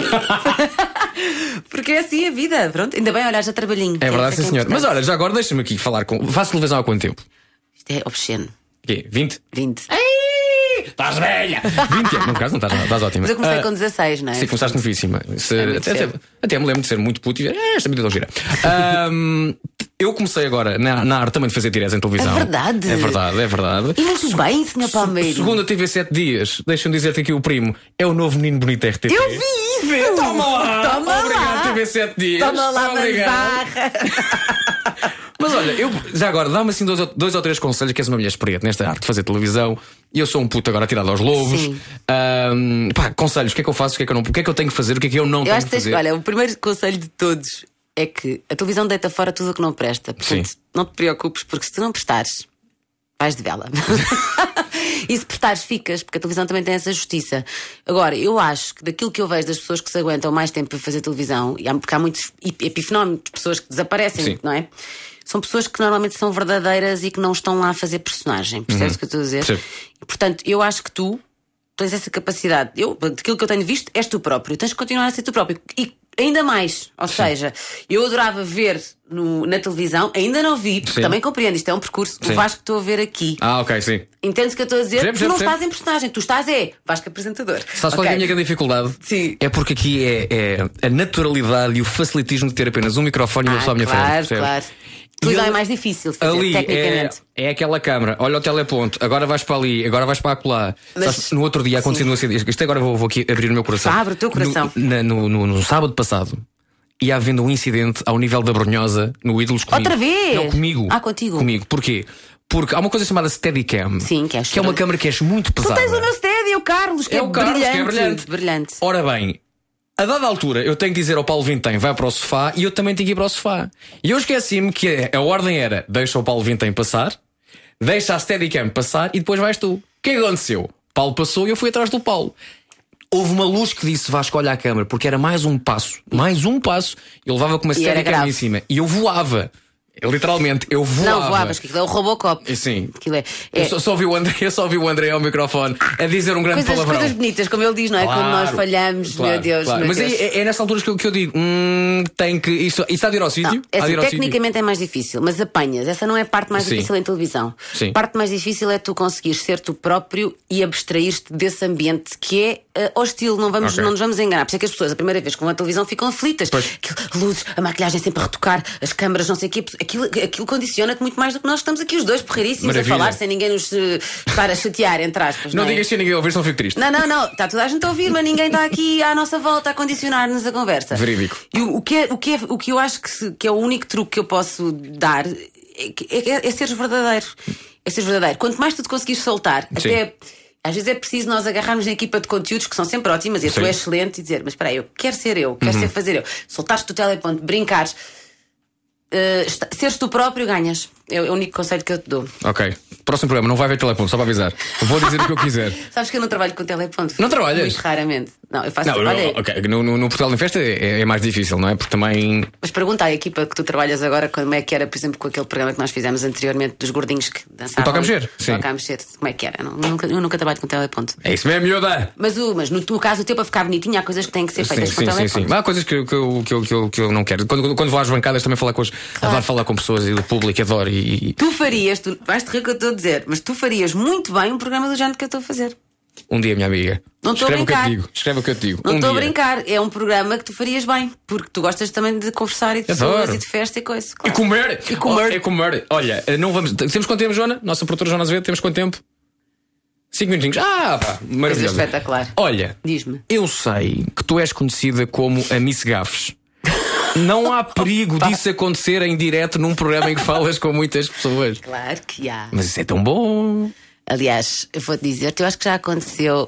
S3: Porque é assim a vida, pronto. Ainda bem, olhar já trabalhinho.
S2: É verdade,
S3: Isso
S2: sim,
S3: que
S2: senhor. Mas
S3: importante.
S2: olha, já agora deixa-me aqui falar com. Faço televisão há quanto tempo?
S3: Isto é obsceno.
S2: O quê? vinte?
S3: vinte.
S2: Estás velha! vinte anos. No caso, não estás, não, estás ótima.
S3: Mas eu comecei
S2: Ah,
S3: com dezasseis, não é?
S2: Sim, começaste novíssima. Se-
S3: É muito
S2: até, até,
S3: cedo.
S2: até me lembro de ser muito puto e ver, "Ah, esta vida é tão gira." Ahm, eu comecei agora na, na arte também de fazer diretos em televisão.
S3: É verdade.
S2: É verdade, é verdade.
S3: E muito bem, senhor Palmeiro.
S2: Segunda T V sete dias, deixa-me dizer-te aqui o primo, é o novo menino bonito da R T P.
S3: Eu vi isso!
S2: Vê, toma lá!
S3: Toma
S2: Obrigado,
S3: lá!
S2: T V sete dias.
S3: Toma lá,
S2: Obrigado.
S3: Manzarra!
S2: Mas olha, eu, já agora, dá-me assim dois, ou- dois ou três conselhos, que és uma mulher experiente nesta arte de fazer televisão. E eu sou um puto agora tirado aos lobos.
S3: Sim.
S2: Ahm, pá, conselhos, o que é que eu faço, o que é que eu não, o que é que eu tenho que fazer, o que é que eu não
S3: Eu
S2: tenho
S3: acho
S2: que
S3: que tens,
S2: fazer.
S3: olha, o primeiro conselho de todos é que a televisão deita fora tudo o que não presta. Portanto,
S2: Sim.
S3: não te preocupes, porque se tu não prestares, vais de vela. E se prestares, ficas, porque a televisão também tem essa justiça. Agora, eu acho que daquilo que eu vejo das pessoas que se aguentam mais tempo para fazer televisão, e há, porque há muitos ep- epifenómenos de pessoas que desaparecem,
S2: Sim.
S3: não é? São pessoas que normalmente são verdadeiras e que não estão lá a fazer personagem. Percebes o que eu estou a dizer?
S2: Sim.
S3: E, portanto, eu acho que tu tens essa capacidade. Eu, daquilo que eu tenho visto, és tu próprio. Tens que continuar a ser tu próprio. E ainda mais. Ou Sim. seja, eu adorava ver no, na televisão, ainda não vi, porque sim. também compreendo, isto é um percurso. Sim. O Vasco que estou a ver aqui.
S2: Ah, ok, sim.
S3: Entendes o que eu estou a dizer?
S2: Percebo,
S3: tu não
S2: percebo.
S3: estás em personagem, tu estás é Vasco apresentador.
S2: Sabes qual é a minha grande dificuldade?
S3: Sim.
S2: É porque aqui é, é a naturalidade e o facilitismo de ter apenas um microfone e uma
S3: ah,
S2: só à minha
S3: claro,
S2: frente.
S3: Claro, claro. Pois é mais difícil de fazer,
S2: ali
S3: tecnicamente.
S2: É, é aquela câmara, olha o teleponto, agora vais para ali, agora vais para acolá. Mas, Sabes, no outro dia aconteceu no acidente. Isto agora vou, vou aqui abrir o meu coração.
S3: Abre o teu coração.
S2: No, na, no, no, no sábado passado ia havendo um incidente ao nível da Brunhosa no Ídolos comigo.
S3: Outra vez?
S2: Não, comigo.
S3: Ah, contigo.
S2: Comigo. Porquê? Porque há uma coisa chamada Steadicam.
S3: Sim, que é,
S2: que é uma câmara que é muito pesada.
S3: Tu tens o meu Steady, é o Carlos, que é,
S2: é o Carlos,
S3: brilhante,
S2: que é brilhante.
S3: brilhante.
S2: Ora bem, a dada altura eu tenho que dizer ao Paulo Vintém vai para o sofá e eu também tenho que ir para o sofá. E eu esqueci-me que a ordem era deixa o Paulo Vintém passar, deixa a Steadicam passar e depois vais tu. O que aconteceu? Paulo passou e eu fui atrás do Paulo. Houve uma luz que disse Vasco, olha a câmara, porque era mais um passo, mais um passo. Eu levava com uma Steadicam em cima e eu voava. Literalmente, eu voava.
S3: Não voavas, que aquilo é o Robocop.
S2: Sim.
S3: Aquilo é,
S2: é...
S3: Eu,
S2: só, só vi o André, eu só vi o André ao microfone a dizer um grande
S3: coisas,
S2: palavrão.
S3: Coisas bonitas, como ele diz, não é?
S2: Claro,
S3: Quando nós falhamos,
S2: claro,
S3: meu Deus.
S2: Claro.
S3: Meu
S2: Mas
S3: Deus.
S2: É, é nessa altura que eu, que eu digo, hum, tem que. Isso, isso há de ir ao sítio?
S3: É assim,
S2: ir ao
S3: tecnicamente
S2: sítio?
S3: é mais difícil, mas apanhas. Essa não é a parte mais
S2: Sim.
S3: difícil em televisão.
S2: Sim.
S3: A parte mais difícil é tu conseguires ser tu próprio e abstrair-te desse ambiente que é uh, hostil. Não, vamos,
S2: okay.
S3: não nos vamos enganar. Por isso é que as pessoas, a primeira vez que vão à televisão, ficam aflitas. Aquilo, luzes, a maquilhagem sempre a retocar, as câmaras, não sei o quê. Aquilo, aquilo condiciona-te muito mais do que nós estamos aqui os dois porreiríssimos Maravilha. a falar sem ninguém nos uh, estar a chatear, entre aspas.
S2: Não,
S3: não é?
S2: digas se ninguém ouvir, senão fico triste.
S3: Não, não, não. Está toda a gente a ouvir, mas ninguém está aqui à nossa volta a condicionar-nos a conversa.
S2: Verídico.
S3: E o, o, que, é, o, que, é, o que eu acho que, se, que é o único truque que eu posso dar é, é, é seres verdadeiro. É seres verdadeiro. Quanto mais tu te conseguires soltar, Sim. até. Às vezes é preciso nós agarrarmos na equipa de conteúdos que são sempre ótimas e a tua é excelente e dizer, mas espera aí, eu quero ser eu, quero uhum. ser fazer eu. Soltares-te o teleponto, brincares, uh, seres tu próprio, ganhas. É o único conselho que eu te dou.
S2: Ok. Próximo programa, não vai haver teleponto, só para avisar. Vou dizer o que eu quiser.
S3: Sabes que eu não trabalho com teleponto.
S2: Não trabalhas?
S3: Muito raramente. Não, eu faço
S2: não,
S3: trabalho.
S2: Não, ok. No, no, no Portugal em Festa é, é mais difícil, não é? Porque também.
S3: Mas pergunta à equipa que tu trabalhas agora como é que era, por exemplo, com aquele programa que nós fizemos anteriormente dos gordinhos que dançavam.
S2: Toca a mexer? Sim.
S3: Toca a mexer. Como é que era? Não, nunca, eu nunca trabalho com teleponto.
S2: É isso mesmo, miúda!
S3: Mas, o, mas no teu caso, o teu para ficar bonitinho, há coisas que têm que ser feitas
S2: sim,
S3: com
S2: sim,
S3: teleponto.
S2: Sim, sim. Há coisas que, que, eu, que, eu, que, eu, que eu não quero. Quando, quando vou às bancadas também falar com os. Claro. Adoro falar com pessoas e do público, adoro. E...
S3: Tu farias, tu vais-te rir o que eu estou a dizer, mas tu farias muito bem um programa do género que eu estou a fazer.
S2: Um dia, minha amiga.
S3: Não estou a brincar.
S2: O que eu te digo. Escreve o que eu te digo.
S3: Não estou
S2: um
S3: a brincar. É um programa que tu farias bem. Porque tu gostas também de conversar e de pessoas e de festa e coisa. Claro.
S2: E comer.
S3: E comer.
S2: Oh, é comer. Olha, não vamos. Temos quanto tempo, Joana? Nossa produtora Joana Azevedo, temos quanto tempo? Cinco minutinhos. Ah, pá, maravilhoso.
S3: Coisa espetacular.
S2: Olha,
S3: diz-me.
S2: Eu sei que tu és conhecida como a Miss Gafes. Não há perigo disso acontecer em direto num programa em que falas com muitas pessoas.
S3: Claro que há.
S2: Mas isso é tão bom.
S3: Aliás, eu vou-te dizer, eu acho que já aconteceu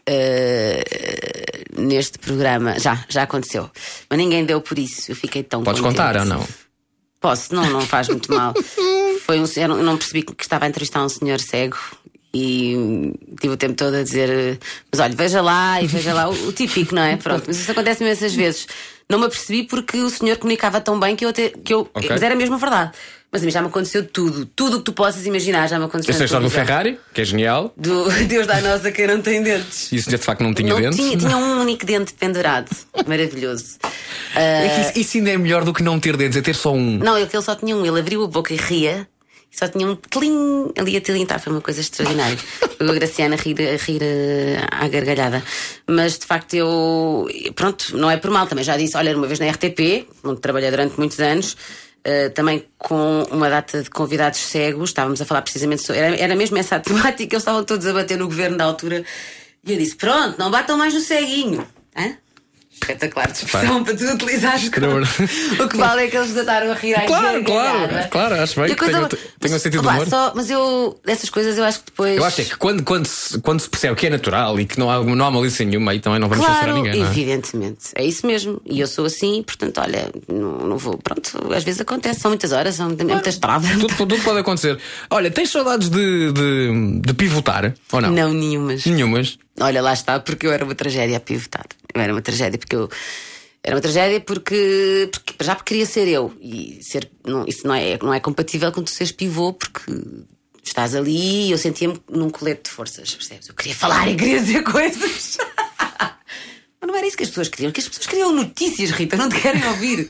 S3: uh, neste programa. Já, já aconteceu. Mas ninguém deu por isso. Eu fiquei tão
S2: Podes
S3: contente.
S2: contar ou não?
S3: Posso, não, não faz muito mal. Foi um, eu não percebi que estava a entrevistar um senhor cego. E tive o tempo todo a dizer, mas olha, veja lá e veja lá, o, o típico, não é? Pronto, mas isso acontece imensas vezes. Não me apercebi porque o senhor comunicava tão bem que eu até. Que eu,
S2: okay.
S3: Mas era mesmo verdade. Mas a mim já me aconteceu tudo. Tudo o que tu possas imaginar já me aconteceu.
S2: Essa é a história do Ferrari, que é genial.
S3: Do Deus dá nós a quem não tem dentes.
S2: Isso de facto não tinha
S3: não
S2: dentes?
S3: Tinha, tinha um único dente pendurado. Maravilhoso. Uh...
S2: É que isso, isso ainda é melhor do que não ter dentes, é ter só um.
S3: Não, ele só tinha um. Ele abriu a boca e ria. Só tinha um tlim ali a tilintar, foi uma coisa extraordinária. Eu a Graciana a rir, a rir à gargalhada. Mas de facto eu. Pronto, não é por mal, também já disse. Olha, uma vez na R T P, onde trabalhei durante muitos anos, uh, também com uma data de convidados cegos, estávamos a falar precisamente sobre. Era, era mesmo essa a temática, eles estavam todos a bater no governo da altura. E eu disse: pronto, não batam mais no ceguinho. Hã? Espetacular de expressão para tu utilizares. O que vale é que eles desataram a rir à
S2: Claro, claro, claro, acho bem que coisa... tenho, tenho um sentido de humor.
S3: Só, mas eu, dessas coisas, eu acho que depois.
S2: Eu acho é que quando, quando, se, quando se percebe que é natural e que não há, não há malícia nenhuma, aí também não vamos
S3: claro,
S2: censurar ninguém. Não é?
S3: Evidentemente, é isso mesmo. E eu sou assim, portanto, olha, não, não vou. Pronto, às vezes acontece, são muitas horas, são claro, muitas estradas.
S2: Tudo, tudo pode acontecer. Olha, tens saudades de, de, de pivotar ou não?
S3: Não, nenhumas.
S2: Nenhumas.
S3: Olha, lá está, porque eu era uma tragédia a pivotar. Eu era uma tragédia porque eu. Era uma tragédia porque, porque já porque queria ser eu. E ser, não, isso não é, não é compatível com tu seres pivô, porque estás ali e eu sentia-me num colete de forças, percebes? Eu queria falar e queria dizer coisas. Mas não era isso que as pessoas queriam, que as pessoas queriam notícias, Rita, não te querem ouvir.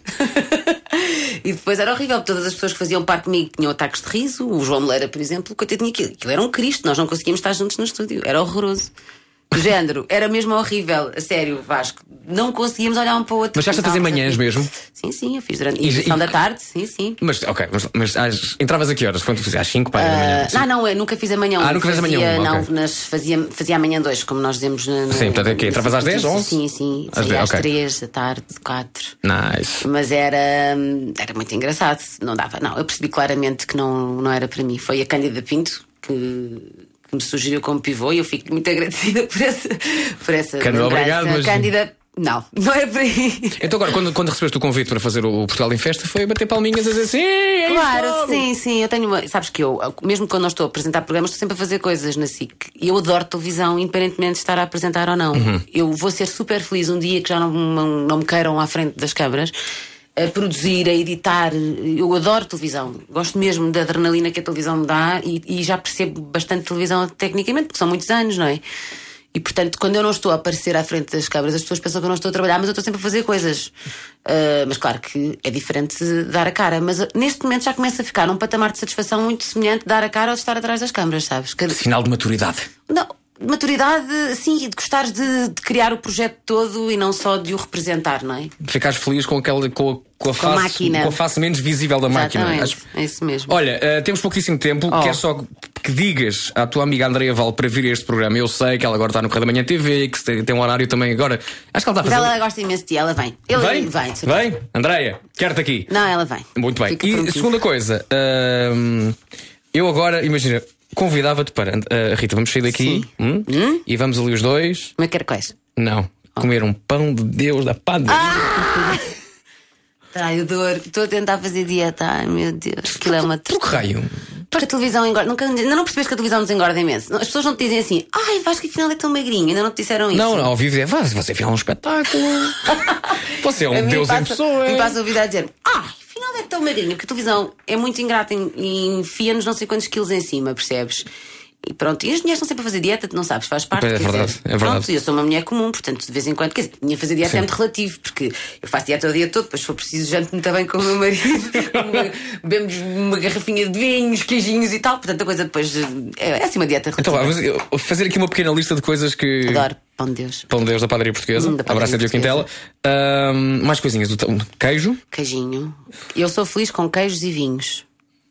S3: E depois era horrível, todas as pessoas que faziam parte comigo tinham ataques de riso. O João Moleira, por exemplo, coitadinho, aquilo, aquilo era um Cristo, nós não conseguíamos estar juntos no estúdio, era horroroso. O género, era mesmo horrível, a sério, Vasco. Não conseguíamos olhar um para o outro.
S2: Mas já estás a fazer manhãs mesmo?
S3: Sim, sim, eu fiz durante a edição da tarde, sim, sim.
S2: Mas, ok, mas, mas às, entravas a que horas? Quando tu fizias? Às cinco, pai, uh, da manhã?
S3: Não, não, eu nunca fiz amanhã.
S2: Ah, nunca fazia amanhã um,
S3: Não,
S2: okay.
S3: nas, fazia, fazia amanhã dois, como nós dizemos. Na, na,
S2: sim, portanto é que entravas às dez, onze?
S3: Sim, sim,
S2: às,
S3: às
S2: okay.
S3: três da tarde, quatro.
S2: Nice.
S3: Mas era, era muito engraçado, não dava, não, eu percebi claramente que não, não era para mim. Foi a Cândida Pinto que... que me sugeriu como pivô e eu fico muito agradecida por essa, por essa
S2: Cândida, obrigado, mas...
S3: Cândida, não, não é para aí.
S2: Então agora, quando, quando recebeste o convite para fazer o Portugal em Festa, foi bater palminhas a dizer sim, é
S3: claro,
S2: isso.
S3: sim, sim, eu tenho uma... Sabes que eu, mesmo quando não estou a apresentar programas, estou sempre a fazer coisas na S I C. E eu adoro televisão, independentemente de estar a apresentar ou não. Uhum. Eu vou ser super feliz um dia que já não, não, não me queiram à frente das câmaras, a produzir, a editar. Eu adoro televisão, gosto mesmo da adrenalina que a televisão me dá e, e já percebo bastante televisão tecnicamente, porque são muitos anos, não é? E portanto, quando eu não estou a aparecer à frente das câmaras, as pessoas pensam que eu não estou a trabalhar, mas eu estou sempre a fazer coisas. Uh, mas claro que é diferente dar a cara. Mas uh, neste momento já começa a ficar num patamar de satisfação muito semelhante dar a cara ou de estar atrás das câmaras, sabes? Cada...
S2: Sinal de maturidade.
S3: Não. De maturidade, sim, e de gostares de, de criar o projeto todo e não só de o representar, não é?
S2: Ficares feliz com aquela com a, com a, face,
S3: máquina.
S2: Com a face menos visível da máquina.
S3: Acho... É isso mesmo.
S2: Olha, uh, temos pouquíssimo tempo.
S3: Oh.
S2: Quero só que digas à tua amiga Andreia Val para vir a este programa. Eu sei que ela agora está no Correio da Manhã T V, que tem, tem um horário também agora. Acho que ela está a fazer.
S3: Mas ela gosta imenso de ti, ela vem. Ele
S2: vem?
S3: Vem,
S2: vem? Andreia, quero-te aqui.
S3: Não, ela vem.
S2: Muito bem.
S3: Fica
S2: e
S3: prometido.
S2: Segunda coisa, uh, eu agora, imagina. Convidava-te para. Uh, Rita, vamos sair daqui hum? Hum? E vamos ali os dois.
S3: Mas quer coisa?
S2: Não. Oh. Comer um pão de Deus da padaria.
S3: Ah! Ai, eu adoro. Estou a tentar fazer dieta. Ai, meu Deus. Aquilo é uma.
S2: Por que raio?
S3: Porque a televisão engorda. Nunca, ainda não percebes que a televisão nos engorda imenso. As pessoas não te dizem assim, ai, Vasco, afinal é tão magrinho. Ainda não te disseram isso.
S2: Não, não, ao vivo é, você afinal é um espetáculo. Você é um Deus
S3: passa,
S2: em pessoa.
S3: Me passa a ouvir a dizer, ai, afinal é tão magrinho. Porque a televisão é muito ingrata e enfia-nos não sei quantos quilos em cima, percebes? E pronto, e as mulheres estão sempre a fazer dieta, tu não sabes, faz parte.
S2: É verdade,
S3: dizer,
S2: é verdade.
S3: Pronto, eu sou uma mulher comum, portanto, de vez em quando, quer dizer, minha fazer dieta Sim. é muito relativo, porque eu faço dieta o dia todo, depois se for preciso, janto muito bem com o meu marido, bebemos uma garrafinha de vinhos, queijinhos e tal, portanto, a coisa depois é, é assim uma dieta relativa.
S2: Então, vá, vou fazer aqui uma pequena lista de coisas que.
S3: Adoro, pão de Deus.
S2: Pão de Deus da padaria portuguesa. Hum, da padaria Abraço a Diogo Quintela. Um, mais coisinhas do queijo.
S3: Queijinho. Eu sou feliz com queijos e vinhos.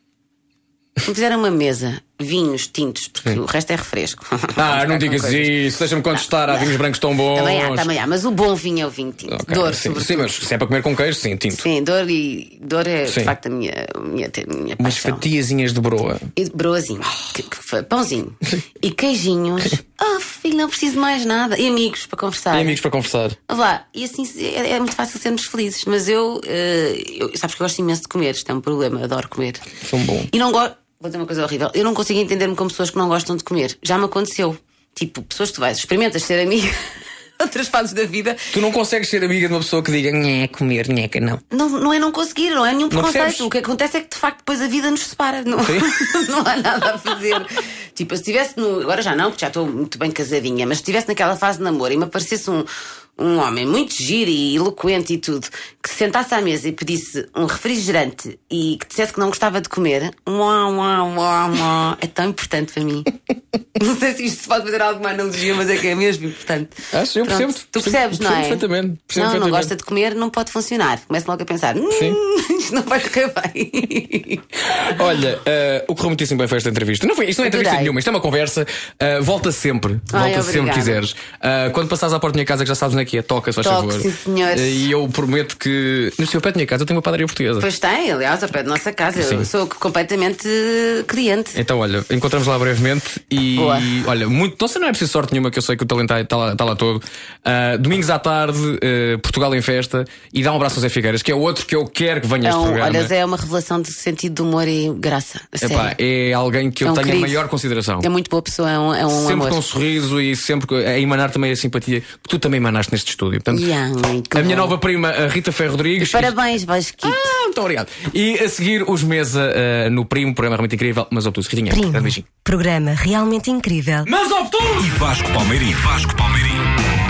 S3: Se me fizeram uma mesa, vinhos tintos, porque Sim. o resto é refresco.
S2: Ah, não digas isso, deixa-me contestar, há vinhos brancos tão bons.
S3: Também há, também há, mas o bom vinho é o vinho tinto.
S2: Okay,
S3: Dor,
S2: sim, sim, mas se é para comer com queijo, sim, tinto.
S3: Sim, dor e dor é
S2: sim.
S3: de facto a minha, minha, minha
S2: Umas
S3: paixão.
S2: fatiazinhas de broa.
S3: E broazinho, que, que, pãozinho e queijinhos. Oh, filho, não preciso de mais nada. E amigos para conversar.
S2: E amigos para conversar.
S3: Vá, e assim é, é muito fácil sermos felizes. Mas eu, uh, eu, sabes que eu gosto imenso de comer, isto é um problema, adoro comer.
S2: São bom.
S3: E não gosto. Vou dizer uma coisa horrível. Eu não consigo entender-me com pessoas que não gostam de comer. Já me aconteceu. Tipo, pessoas que tu vais, experimentas ser amiga outras fases da vida.
S2: Tu não consegues ser amiga de uma pessoa que diga nhé, comer, nheca, não.
S3: não. Não é não conseguir, não é nenhum preconceito.
S2: O
S3: que acontece é que de facto depois a vida nos separa. Não, não há nada a fazer. Tipo, se estivesse no. Agora já não, porque já estou muito bem casadinha, mas se estivesse naquela fase de namoro e me aparecesse um. Um homem muito giro e eloquente e tudo, que se sentasse à mesa e pedisse um refrigerante e que dissesse que não gostava de comer, uau, uau, uau, uau, é tão importante para mim. Não sei se isto se pode fazer alguma analogia, mas é que é mesmo importante.
S2: Acho, eu percebo.
S3: Tu percebes,
S2: percebo,
S3: não é?
S2: Perfeitamente, percebo
S3: não,
S2: perfeitamente.
S3: não gosta de comer, não pode funcionar. Começa logo a pensar, hum, isto não vai correr bem.
S2: Olha, uh, o correu muitíssimo bem foi esta entrevista. Não foi, isto não é entrevista
S3: Adorei.
S2: nenhuma, isto é uma conversa. Uh, volta sempre.
S3: Ai,
S2: volta sempre que quiseres. Uh, quando passares à porta da minha casa, que já sabes onde é que é, toca, se faz
S3: Toque,
S2: favor.
S3: sim, senhores.
S2: Uh, e eu prometo que no seu pé da minha casa eu tenho uma padaria portuguesa.
S3: Pois tem, aliás, ao pé da nossa casa.
S2: Sim.
S3: Eu sou completamente cliente.
S2: Então, olha, encontramos lá brevemente e,
S3: Boa.
S2: olha, muito, não sei, não é preciso sorte nenhuma, que eu sei que o talento está lá, está lá todo. Uh, domingos à tarde, uh, Portugal em Festa, e dá um abraço ao Zé Figueiras, que é outro que eu quero que venha a este
S3: Então,
S2: programa.
S3: olha, Zé é uma revelação de sentido de humor e graça. A
S2: Epá,
S3: sério.
S2: é alguém que eu
S3: É um
S2: tenho
S3: querido.
S2: a maior consideração.
S3: É muito boa pessoa, é um, é um
S2: Sempre
S3: amor.
S2: com um sorriso e sempre a emanar também a simpatia que tu também emanaste neste estúdio. Portanto,
S3: Yeah,
S2: a minha nova prima, a Rita Ferro Rodrigues.
S3: E parabéns, Vasquito.
S2: Ah, muito obrigado. E a seguir, os Mesa uh, no Primo, programa realmente incrível, mas obtuso. Ritinha,
S7: Primo.
S2: grande beijinho.
S7: Programa realmente incrível.
S2: Mas obtuso!
S1: E Vasco Palmeirim. Vasco Palmeirim.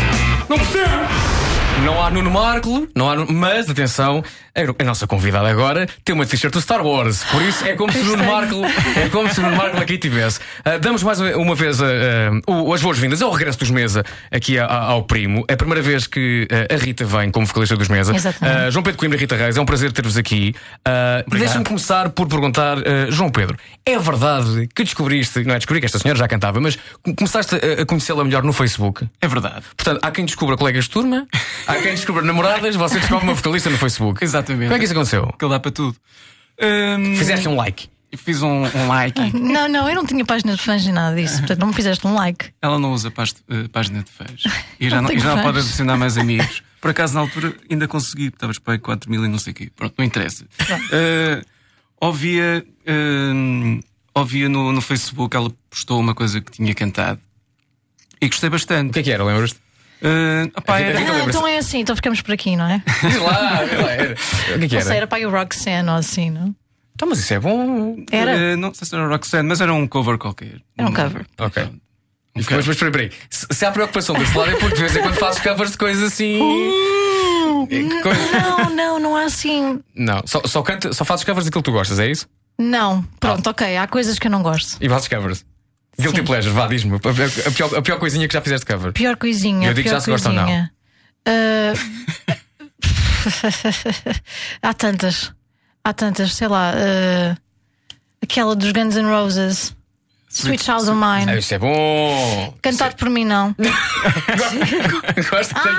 S2: Não percebo! Não há Nuno Marco, não há Nuno... Mas, atenção, a, a nossa convidada agora tem uma t-shirt do Star Wars. Por isso é como se o Nuno Marco É como se o Nuno Marco aqui tivesse. uh, Damos mais uma vez uh, uh, as boas-vindas ao regresso dos Mesa aqui a, a, ao Primo. É a primeira vez que uh, a Rita vem como vocalista dos Mesa. uh, João Pedro Coimbra e Rita Reis, é um prazer ter-vos aqui. uh, Deixa-me começar por perguntar, uh, João Pedro, é verdade que descobriste, não é descobri que esta senhora já cantava, mas começaste a, a conhecê-la melhor no Facebook?
S11: É verdade.
S2: Portanto, há quem descubra colegas de turma, há quem descubra namoradas, você descobre uma vocalista no Facebook.
S11: Exatamente.
S2: Como é que isso aconteceu?
S11: Que ele dá para tudo. Hum,
S2: Fizeste um like?
S11: Fiz um, um like.
S12: Não, não, eu não tinha página de fãs nem nada disso. Portanto, não me fizeste um like.
S11: Ela não usa pás, uh, página de fãs. E já
S12: Não
S11: não, e
S12: tenho
S11: já não
S12: fãs.
S11: pode adicionar mais amigos. Por acaso, na altura, ainda consegui. Estavas para aí quatro mil e não sei o quê. Pronto, não interessa. Uh, ouvia uh, ouvia no, no Facebook, ela postou uma coisa que tinha cantado. E gostei bastante.
S2: O que é que era, lembras-te?
S11: Uh, opá, era...
S12: Ah, então é assim, então ficamos por aqui, não é?
S2: Diz lá, diz lá, era. O que é que
S12: Não sei,
S2: era?
S12: era para o Roxanne ou assim, não?
S2: Então, mas isso é bom.
S12: Era?
S11: Uh, não sei se era Roxanne, mas era um cover qualquer.
S12: Era um cover.
S2: Ok. Mas, mas espera, espera aí. Se, se há preocupação desse lado é porque de vez em quando fazes covers de coisas assim.
S12: Uh,
S2: Que coisa-
S12: Não, não, não há assim.
S2: Não, só, só, canta, só fazes covers daquilo que tu gostas, é isso?
S12: Não, pronto, ok, há coisas que eu não gosto.
S2: E fazes covers. Guilty Pleasure, vá, diz-me. A, a- a pior, a pior coisinha que já fizeste cover.
S12: Pior coisinha.
S2: Eu digo
S12: pior
S2: já se gosta ou não.
S12: coisinha. Ah, há tantas. Há tantas, sei lá. ah, aquela dos Guns N' Roses. Sweet Child of
S2: Ah,
S12: Mine.
S2: isso é bom.
S12: Cantado por mim, não.
S2: Gosto de ter-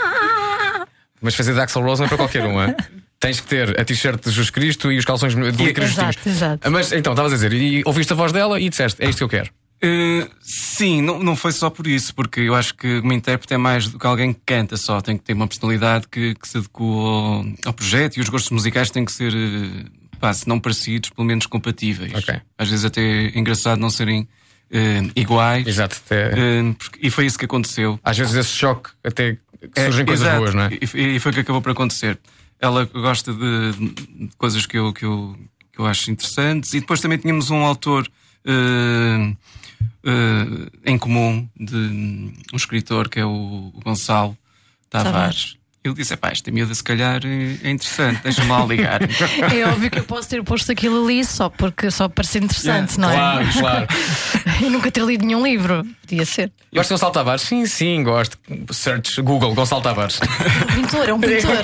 S2: Mas fazer de Axl Rose não é para qualquer um, é? Tens que ter a t-shirt de Jesus Cristo e os calções de licra justinhos.
S12: Exato, exato.
S2: Mas então, estavas a dizer, e ouviste a voz dela e disseste, é isto que eu quero.
S11: Uh, sim, não, não foi só por isso, porque eu acho que uma intérprete é mais do que alguém que canta só, tem que ter uma personalidade que, que se adequa ao, ao projeto, e os gostos musicais têm que ser, uh, pá, se não parecidos, pelo menos compatíveis.
S2: Ok.
S11: Às vezes até é engraçado não serem uh, iguais.
S2: Exato. até-
S11: Uh, porque- e foi isso que aconteceu.
S2: Às vezes esse choque até surgem
S11: É,
S2: coisas
S11: exato.
S2: boas, não é?
S11: E, e foi o que acabou por acontecer. Ela gosta de, de coisas que eu, que, eu, que eu acho interessantes, e depois também tínhamos um autor uh, uh, em comum, de um escritor que é o, o Gonçalo Tavares.
S12: Tavares.
S11: Ele disse: pá, esta miúda se calhar é interessante, deixa-me lá ligar.
S12: É óbvio que eu posso ter posto aquilo ali só porque só parece interessante, não é?
S2: Claro, claro.
S12: E nunca ter lido nenhum livro. Podia ser.
S2: Gosto de Gonçalo Tavares? Sim, sim, gosto. Search, Google, Gonçalo Tavares.
S12: Um pintor, é um pintor.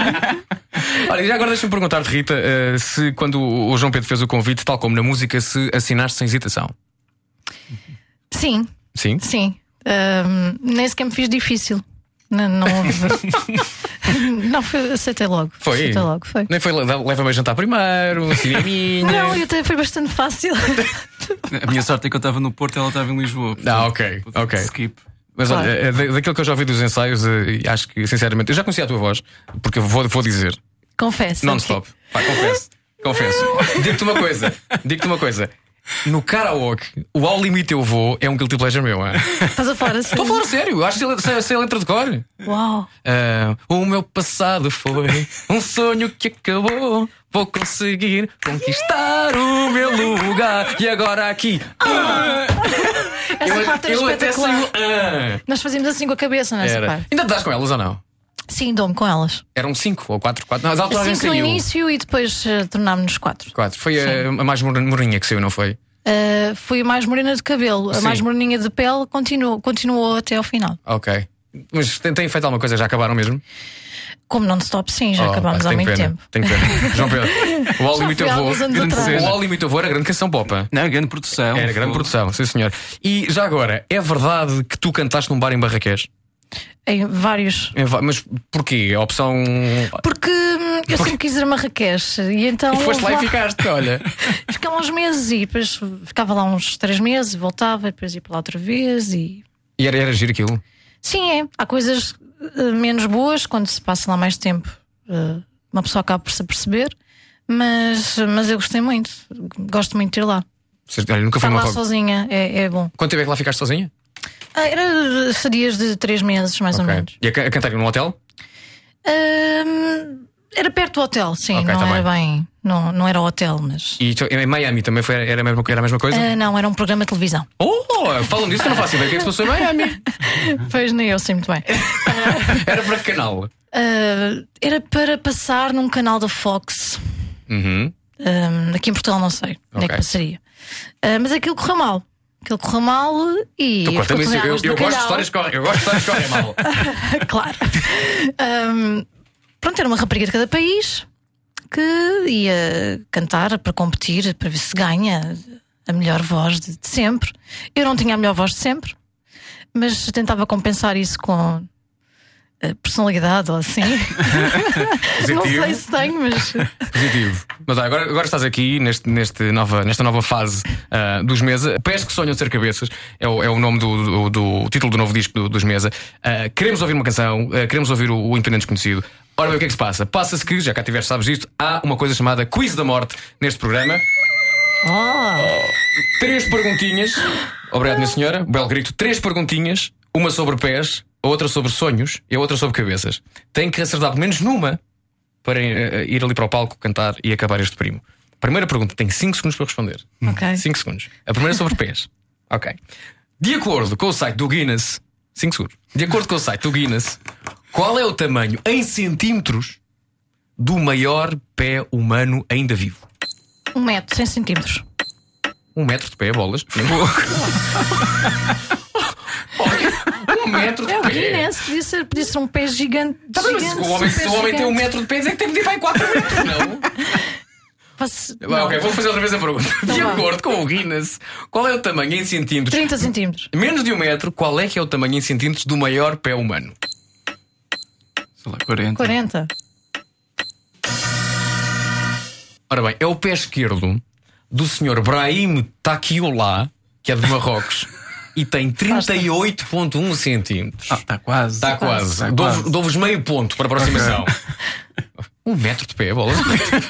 S2: Olha, já agora deixa-me perguntar-te, Rita, eh, se quando o João Pedro fez o convite, tal como na música, se assinaste sem hesitação.
S12: Sim,
S2: Sim?
S12: sim. Ahm, nem sequer me fiz difícil. Não, não, houve- não foi, aceitei logo.
S2: Foi?
S12: Aceitei logo, foi.
S2: Nem foi le- leva-me a jantar primeiro, um cineminha.
S12: Não, eu até foi bastante fácil.
S11: A minha sorte é que eu estava no Porto e ela estava em Lisboa.
S2: Ah, ok, ok.
S11: Skip.
S2: Mas
S12: Claro.
S2: olha, eh, da- daquilo que eu já ouvi dos ensaios, eh, acho que sinceramente, eu já conhecia a tua voz, porque eu vou, vou dizer,
S12: Confesso.
S2: non-stop. Pá, confesso, confesso. Digo-te uma coisa, digo-te uma coisa. No karaoke, o Ao Limite Eu Vou é um guilty pleasure meu, é?
S12: Estás a falar assim?
S2: Estou a falar sério, eu acho que sei, sei a letra de cor.
S12: Uau.
S2: Ah, o meu passado foi um sonho que acabou. Vou conseguir conquistar o meu lugar. E agora aqui. Ah,
S12: Essa
S2: eu
S12: parte era
S2: eu até
S12: espetacular.
S2: saio. Ah,
S12: Nós fazíamos assim com a cabeça nessa
S2: era.
S12: parte.
S2: Ainda te dás com elas ou não?
S12: Sim, dou-me com elas.
S2: Eram cinco ou quatro, quatro. Não, as alturas
S12: Cinco no
S2: saiu.
S12: início e depois uh, tornámos-nos quatro.
S2: Quatro. Foi a, a mais mor- morinha que saiu, não foi?
S12: Uh, fui a mais morena de cabelo. A
S2: Sim.
S12: mais moreninha de pele continuou, continuou até ao final.
S2: Ok. Mas têm, têm feito alguma coisa? Já acabaram mesmo?
S12: Como non-stop, sim, já
S2: Oh,
S12: acabámos
S2: pá,
S12: há
S2: tenho
S12: muito
S2: pena,
S12: tempo.
S2: Tenho pena. João Pedro, o Ao
S12: Já
S2: Limite
S12: foi
S2: Eu
S12: há
S2: Vou.
S12: alguns anos
S2: grande
S12: atrás.
S2: cena. O Ao Limite Eu Vou era grande canção popa.
S11: Não, grande produção.
S2: Era grande
S11: Foi.
S2: produção, sim senhor. E já agora, é verdade que tu cantaste num bar em Barraqués?
S12: Em vários.
S2: É va- Mas porquê? A opção.
S12: Porque hum, eu sempre quis ir a Marrakech e então.
S2: E foste lá e
S12: houve
S2: ficaste, olha.
S12: Ficava uns meses e depois ficava lá uns três meses, voltava, e depois ia para lá outra vez e.
S2: E era, era giro aquilo.
S12: Sim, é. Há coisas uh, menos boas quando se passa lá mais tempo. Uh, uma pessoa acaba por se aperceber, mas, mas eu gostei muito. Gosto muito de ir lá.
S2: Vocês- Olha, nunca foi
S12: Estar
S2: uma
S12: lá
S2: rock.
S12: sozinha é, é bom.
S2: Quanto tempo é que lá ficaste sozinha?
S12: Ah, era estadias de três meses, mais ou
S2: Ok.
S12: menos.
S2: E a, ca- a cantar num hotel?
S12: Ahm, Era perto do hotel, sim,
S2: Ok,
S12: não
S2: tá
S12: era
S2: bem.
S12: bem. Não, não era hotel, mas.
S2: E em Miami também foi, era, a mesma, era a mesma coisa?
S12: Ah, não, era um programa de televisão.
S2: Oh, falam disso que eu não faço ideia. O que é que se passou em Miami?
S12: Pois nem eu sei muito bem.
S2: Era para que canal?
S12: Ah, era para passar num canal da Fox.
S2: Uhum.
S12: Ah, aqui em Portugal não sei onde é que
S2: Ok.
S12: passaria. Ah, mas aquilo correu mal. Aquilo correu mal e.
S2: Tu conta-me isso. Eu,
S12: ficou
S2: eu,
S12: com
S2: eu
S12: águas
S2: gosto de
S12: de
S2: histórias que correm, eu gosto de histórias que correm mal.
S12: bacalhau. Claro. Ah, pronto, era uma rapariga de cada país que ia cantar para competir, para ver se ganha a melhor voz de, de sempre. Eu não tinha a melhor voz de sempre, mas tentava compensar isso com a personalidade ou assim. Não sei se tenho, mas.
S2: Positivo. Mas ah, agora, agora estás aqui neste, neste nova, nesta nova fase ah, dos Mesa. Pés que sonham ser cabeças é o, é o nome do, do, do título do novo disco do- dos Mesa. Ah, queremos ouvir uma canção, ah, queremos ouvir o, o Independente Desconhecido. Ora bem, o que é que se passa? Passa-se que, já cá tiveste, sabes isto, há uma coisa chamada Quiz da Morte neste programa.
S12: Oh.
S2: Três perguntinhas. Obrigado, minha senhora. Belo grito. Três perguntinhas. Uma sobre pés, a outra sobre sonhos e a outra sobre cabeças. Tem que acertar pelo menos numa para eh, ir ali para o palco, cantar e acabar este primo. Primeira pergunta, tem cinco segundos para responder.
S12: Ok.
S2: cinco segundos. A primeira é sobre pés. Ok. De acordo com o site do Guinness, cinco segundos. De acordo com o site do Guinness, qual é o tamanho em centímetros do maior pé humano ainda vivo?
S12: Um metro, cem centímetros.
S2: Um metro de pé, bolas. Um metro de
S12: É o
S2: pé.
S12: Guinness, podia ser, podia ser um pé gigante.
S2: Tá bem, mas
S12: gigante,
S2: se o homem,
S12: super
S2: se o homem tem um
S12: gigante.
S2: metro de pés, é que tem de medir quatro metros, não?
S12: Posso-
S2: Bem,
S12: não.
S2: ok, vou fazer outra vez a pergunta. De
S12: vá.
S2: acordo com o Guinness, qual é o tamanho em centímetros?
S12: trinta centímetros.
S2: Menos de um metro, qual é que é o tamanho em centímetros do maior pé humano?
S11: Sei lá, quarenta.
S12: quarenta.
S2: Ora bem, é o pé esquerdo do senhor Brahim Taquiolá, que é de Marrocos, e tem trinta e oito vírgula um centímetros.
S11: Ah, está quase.
S2: Está quase.
S11: Está
S2: Dou-vos
S11: quase.
S2: dou-vos meio ponto para a aproximação. Um metro de pé, bolas.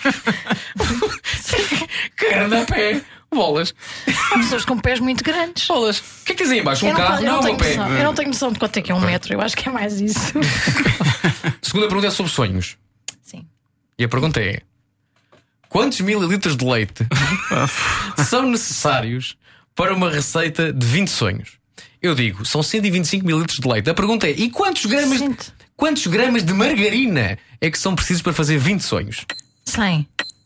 S2: Caramba, pé, bolas.
S12: Há pessoas com pés muito grandes.
S2: Bolas. O que é que tens aí embaixo? Um
S12: Eu não,
S2: carro?
S12: eu não
S2: Não,
S12: tenho
S2: um pé.
S12: noção, eu não tenho noção de quanto é que é um metro. Eu acho que é mais isso.
S2: Segunda pergunta é sobre sonhos.
S12: Sim.
S2: E a pergunta é: quantos mililitros de leite são necessários para uma receita de vinte sonhos? Eu digo, são cento e vinte e cinco mililitros de leite. A pergunta é: e quantos gramas,
S12: Cento.
S2: quantos gramas de margarina é que são precisos para fazer vinte sonhos?
S12: cem.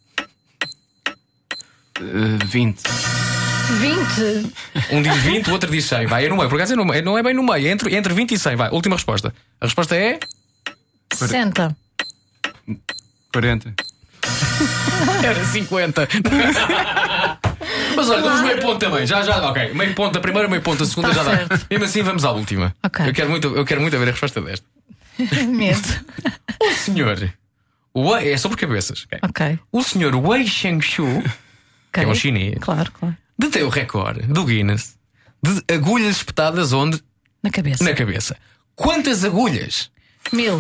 S11: Uh, vinte.
S12: vinte.
S2: Um diz vinte, o outro diz cem. Vai, é no meio. Por acaso é no meio. Não é bem no meio. É entre, entre vinte e cem. Vai, última resposta. A resposta é.
S12: sessenta.
S11: quarenta.
S2: Era cinquenta. Mas olha, damos meio ponto também. Já, já, ok. Meio ponto da primeira, meio ponto da segunda,
S12: Tá
S2: já dá.
S12: certo.
S2: Mesmo assim, vamos à última.
S12: Ok.
S2: Eu quero muito, eu quero muito ver a resposta desta.
S12: Medo.
S2: O senhor. O Wei, é sobre cabeças. ok?
S12: Ok.
S2: O senhor Wei Shengshu, que é um
S12: Ok.
S2: chinês,
S12: Claro, claro.
S2: detém o recorde do Guinness de agulhas espetadas onde?
S12: Na cabeça.
S2: Na cabeça. Quantas agulhas?
S12: Mil.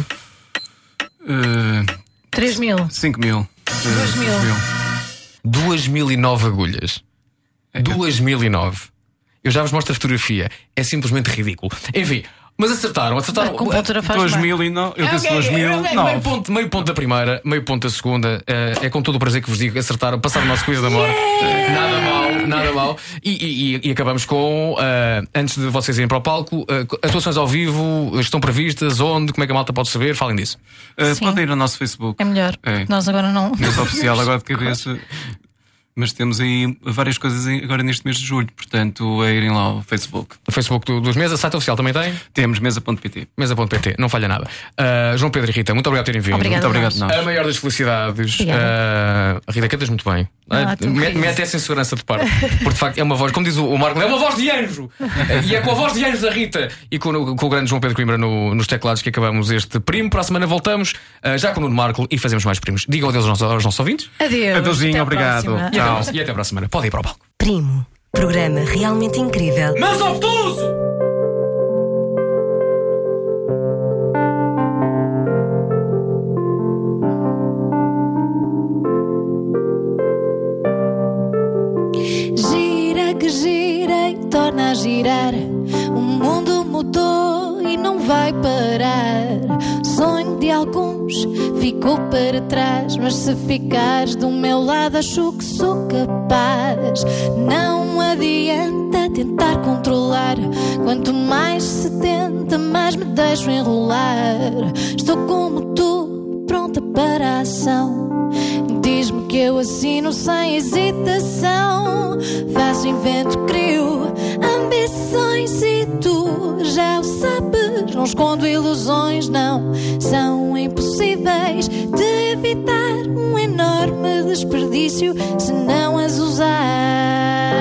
S11: Uh,
S12: Três mil.
S11: cinco mil. Uh,
S12: Dois mil.
S2: Duas mil e nove agulhas. Duas mil e nove. Eu já vos mostro a fotografia. É simplesmente ridículo. Enfim, mas acertaram, acertaram.
S12: Com pontura faz
S11: dois
S12: bem.
S11: mil e nove. Eu disse
S2: É,
S11: dois
S2: é,
S11: mil
S2: é, é, meio, ponto, meio ponto da primeira, meio ponto da segunda. É, é com todo o prazer que vos digo, acertaram, passaram o nosso quiz da morte. Nada mal, nada mal. E, e- e acabamos com, ah, antes de vocês irem para o palco, ah, atuações ao vivo estão previstas? Onde? Como é que a malta pode saber? Falem disso.
S11: Uh,
S12: Sim.
S11: pode ir ao nosso Facebook.
S12: É melhor.
S11: É.
S12: Nós agora não.
S11: Mês oficial agora de cabeça. Mas temos aí várias coisas em- agora neste mês de julho. Portanto, é irem lá ao Facebook.
S2: O Facebook do- dos Mesa, site oficial também tem?
S11: Temos mesa ponto pt.
S2: Mesa ponto pt, não falha nada. Ah, João Pedro e Rita, muito obrigado por terem vindo.
S12: Obrigada
S11: Muito
S12: a
S11: obrigado,
S12: nós.
S11: nós.
S2: A maior das felicidades.
S12: Obrigada.
S2: Ah, a Rita, cantas muito bem.
S12: Ah,
S2: Ah,
S12: tu
S2: me-
S12: querias.
S2: Mete essa insegurança de parte. Porque de facto é uma voz, como diz o o Marco, é uma voz de anjo. E é com a voz de anjo da Rita e com, o- com o grande João Pedro Coimbra no- nos teclados que acabamos este primo. Para a semana voltamos ah, já com o Nuno Marco e fazemos mais primos. Digam adeus aos nossos, aos nossos ouvintes.
S12: Adeus.
S11: Adeusinho,
S12: Até à
S11: obrigado.
S12: próxima.
S2: E até,
S11: Tchau.
S2: e até para a semana. Podem ir para o palco.
S5: Primo. Programa realmente incrível.
S2: Mas obtuso!
S13: Gira que gira e torna a girar. O mundo
S12: mudou e não vai parar. O sonho de alguns ficou para trás, mas se ficares do meu lado acho que sou capaz. Não adianta tentar controlar, quanto mais se tenta mais me deixo enrolar. Estou como tu, pronta para a ação. Diz-me que eu assino sem hesitação. Faço, invento, crio ambições e tu já o sabes. Não escondo ilusões, não são impossíveis de evitar. Um enorme desperdício se não as usar.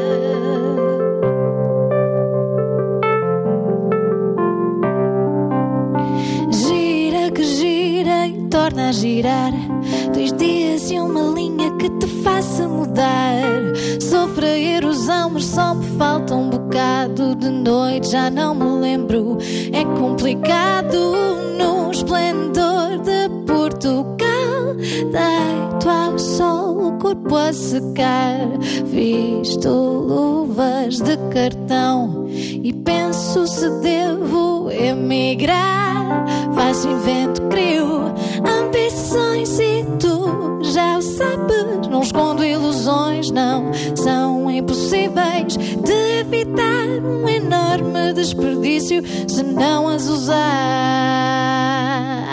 S12: Gira que gira e torna a girar. Dois dias e uma linha que te faça mudar. Sofro a erosão, mas só me falta um bocado. De noite já não me lembro, é complicado. No esplendor de Portugal, deito ao sol, o corpo a secar. Visto luvas de cartão e penso se devo emigrar. Faço, invento, crio ambições e tu já o sabes. Não escondo ilusões, não são impossíveis de evitar. Um enorme desperdício se não as usar.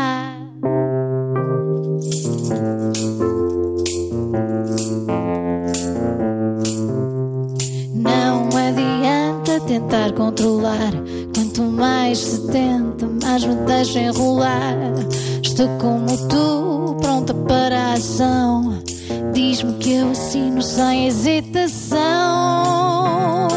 S12: Não adianta tentar controlar, quanto mais se tenta mais me deixo enrolar. Estou como tu, pronta para a ação. Diz-me que eu assino sem hesitação.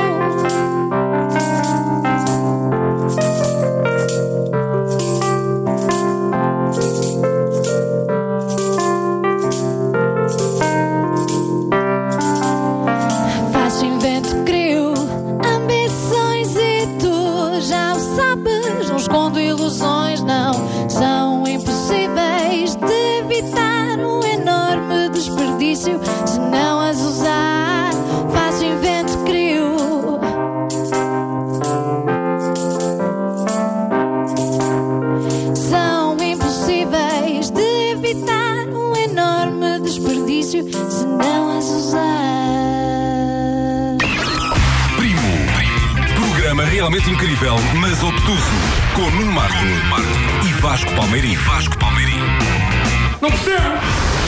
S12: Faço, invento, crio ambições e tu já o sabes. Não escondo ilusões, não são impossíveis de evitar. Um enorme desperdício se não as usar. Faço, invento, crio são impossíveis de evitar. Um enorme desperdício se não as usar.
S1: Primo. Programa realmente incrível, mas obtuso. Com Nuno Marco e Vasco Palmeirim. Vasco Palmeirim.
S2: Não percebo!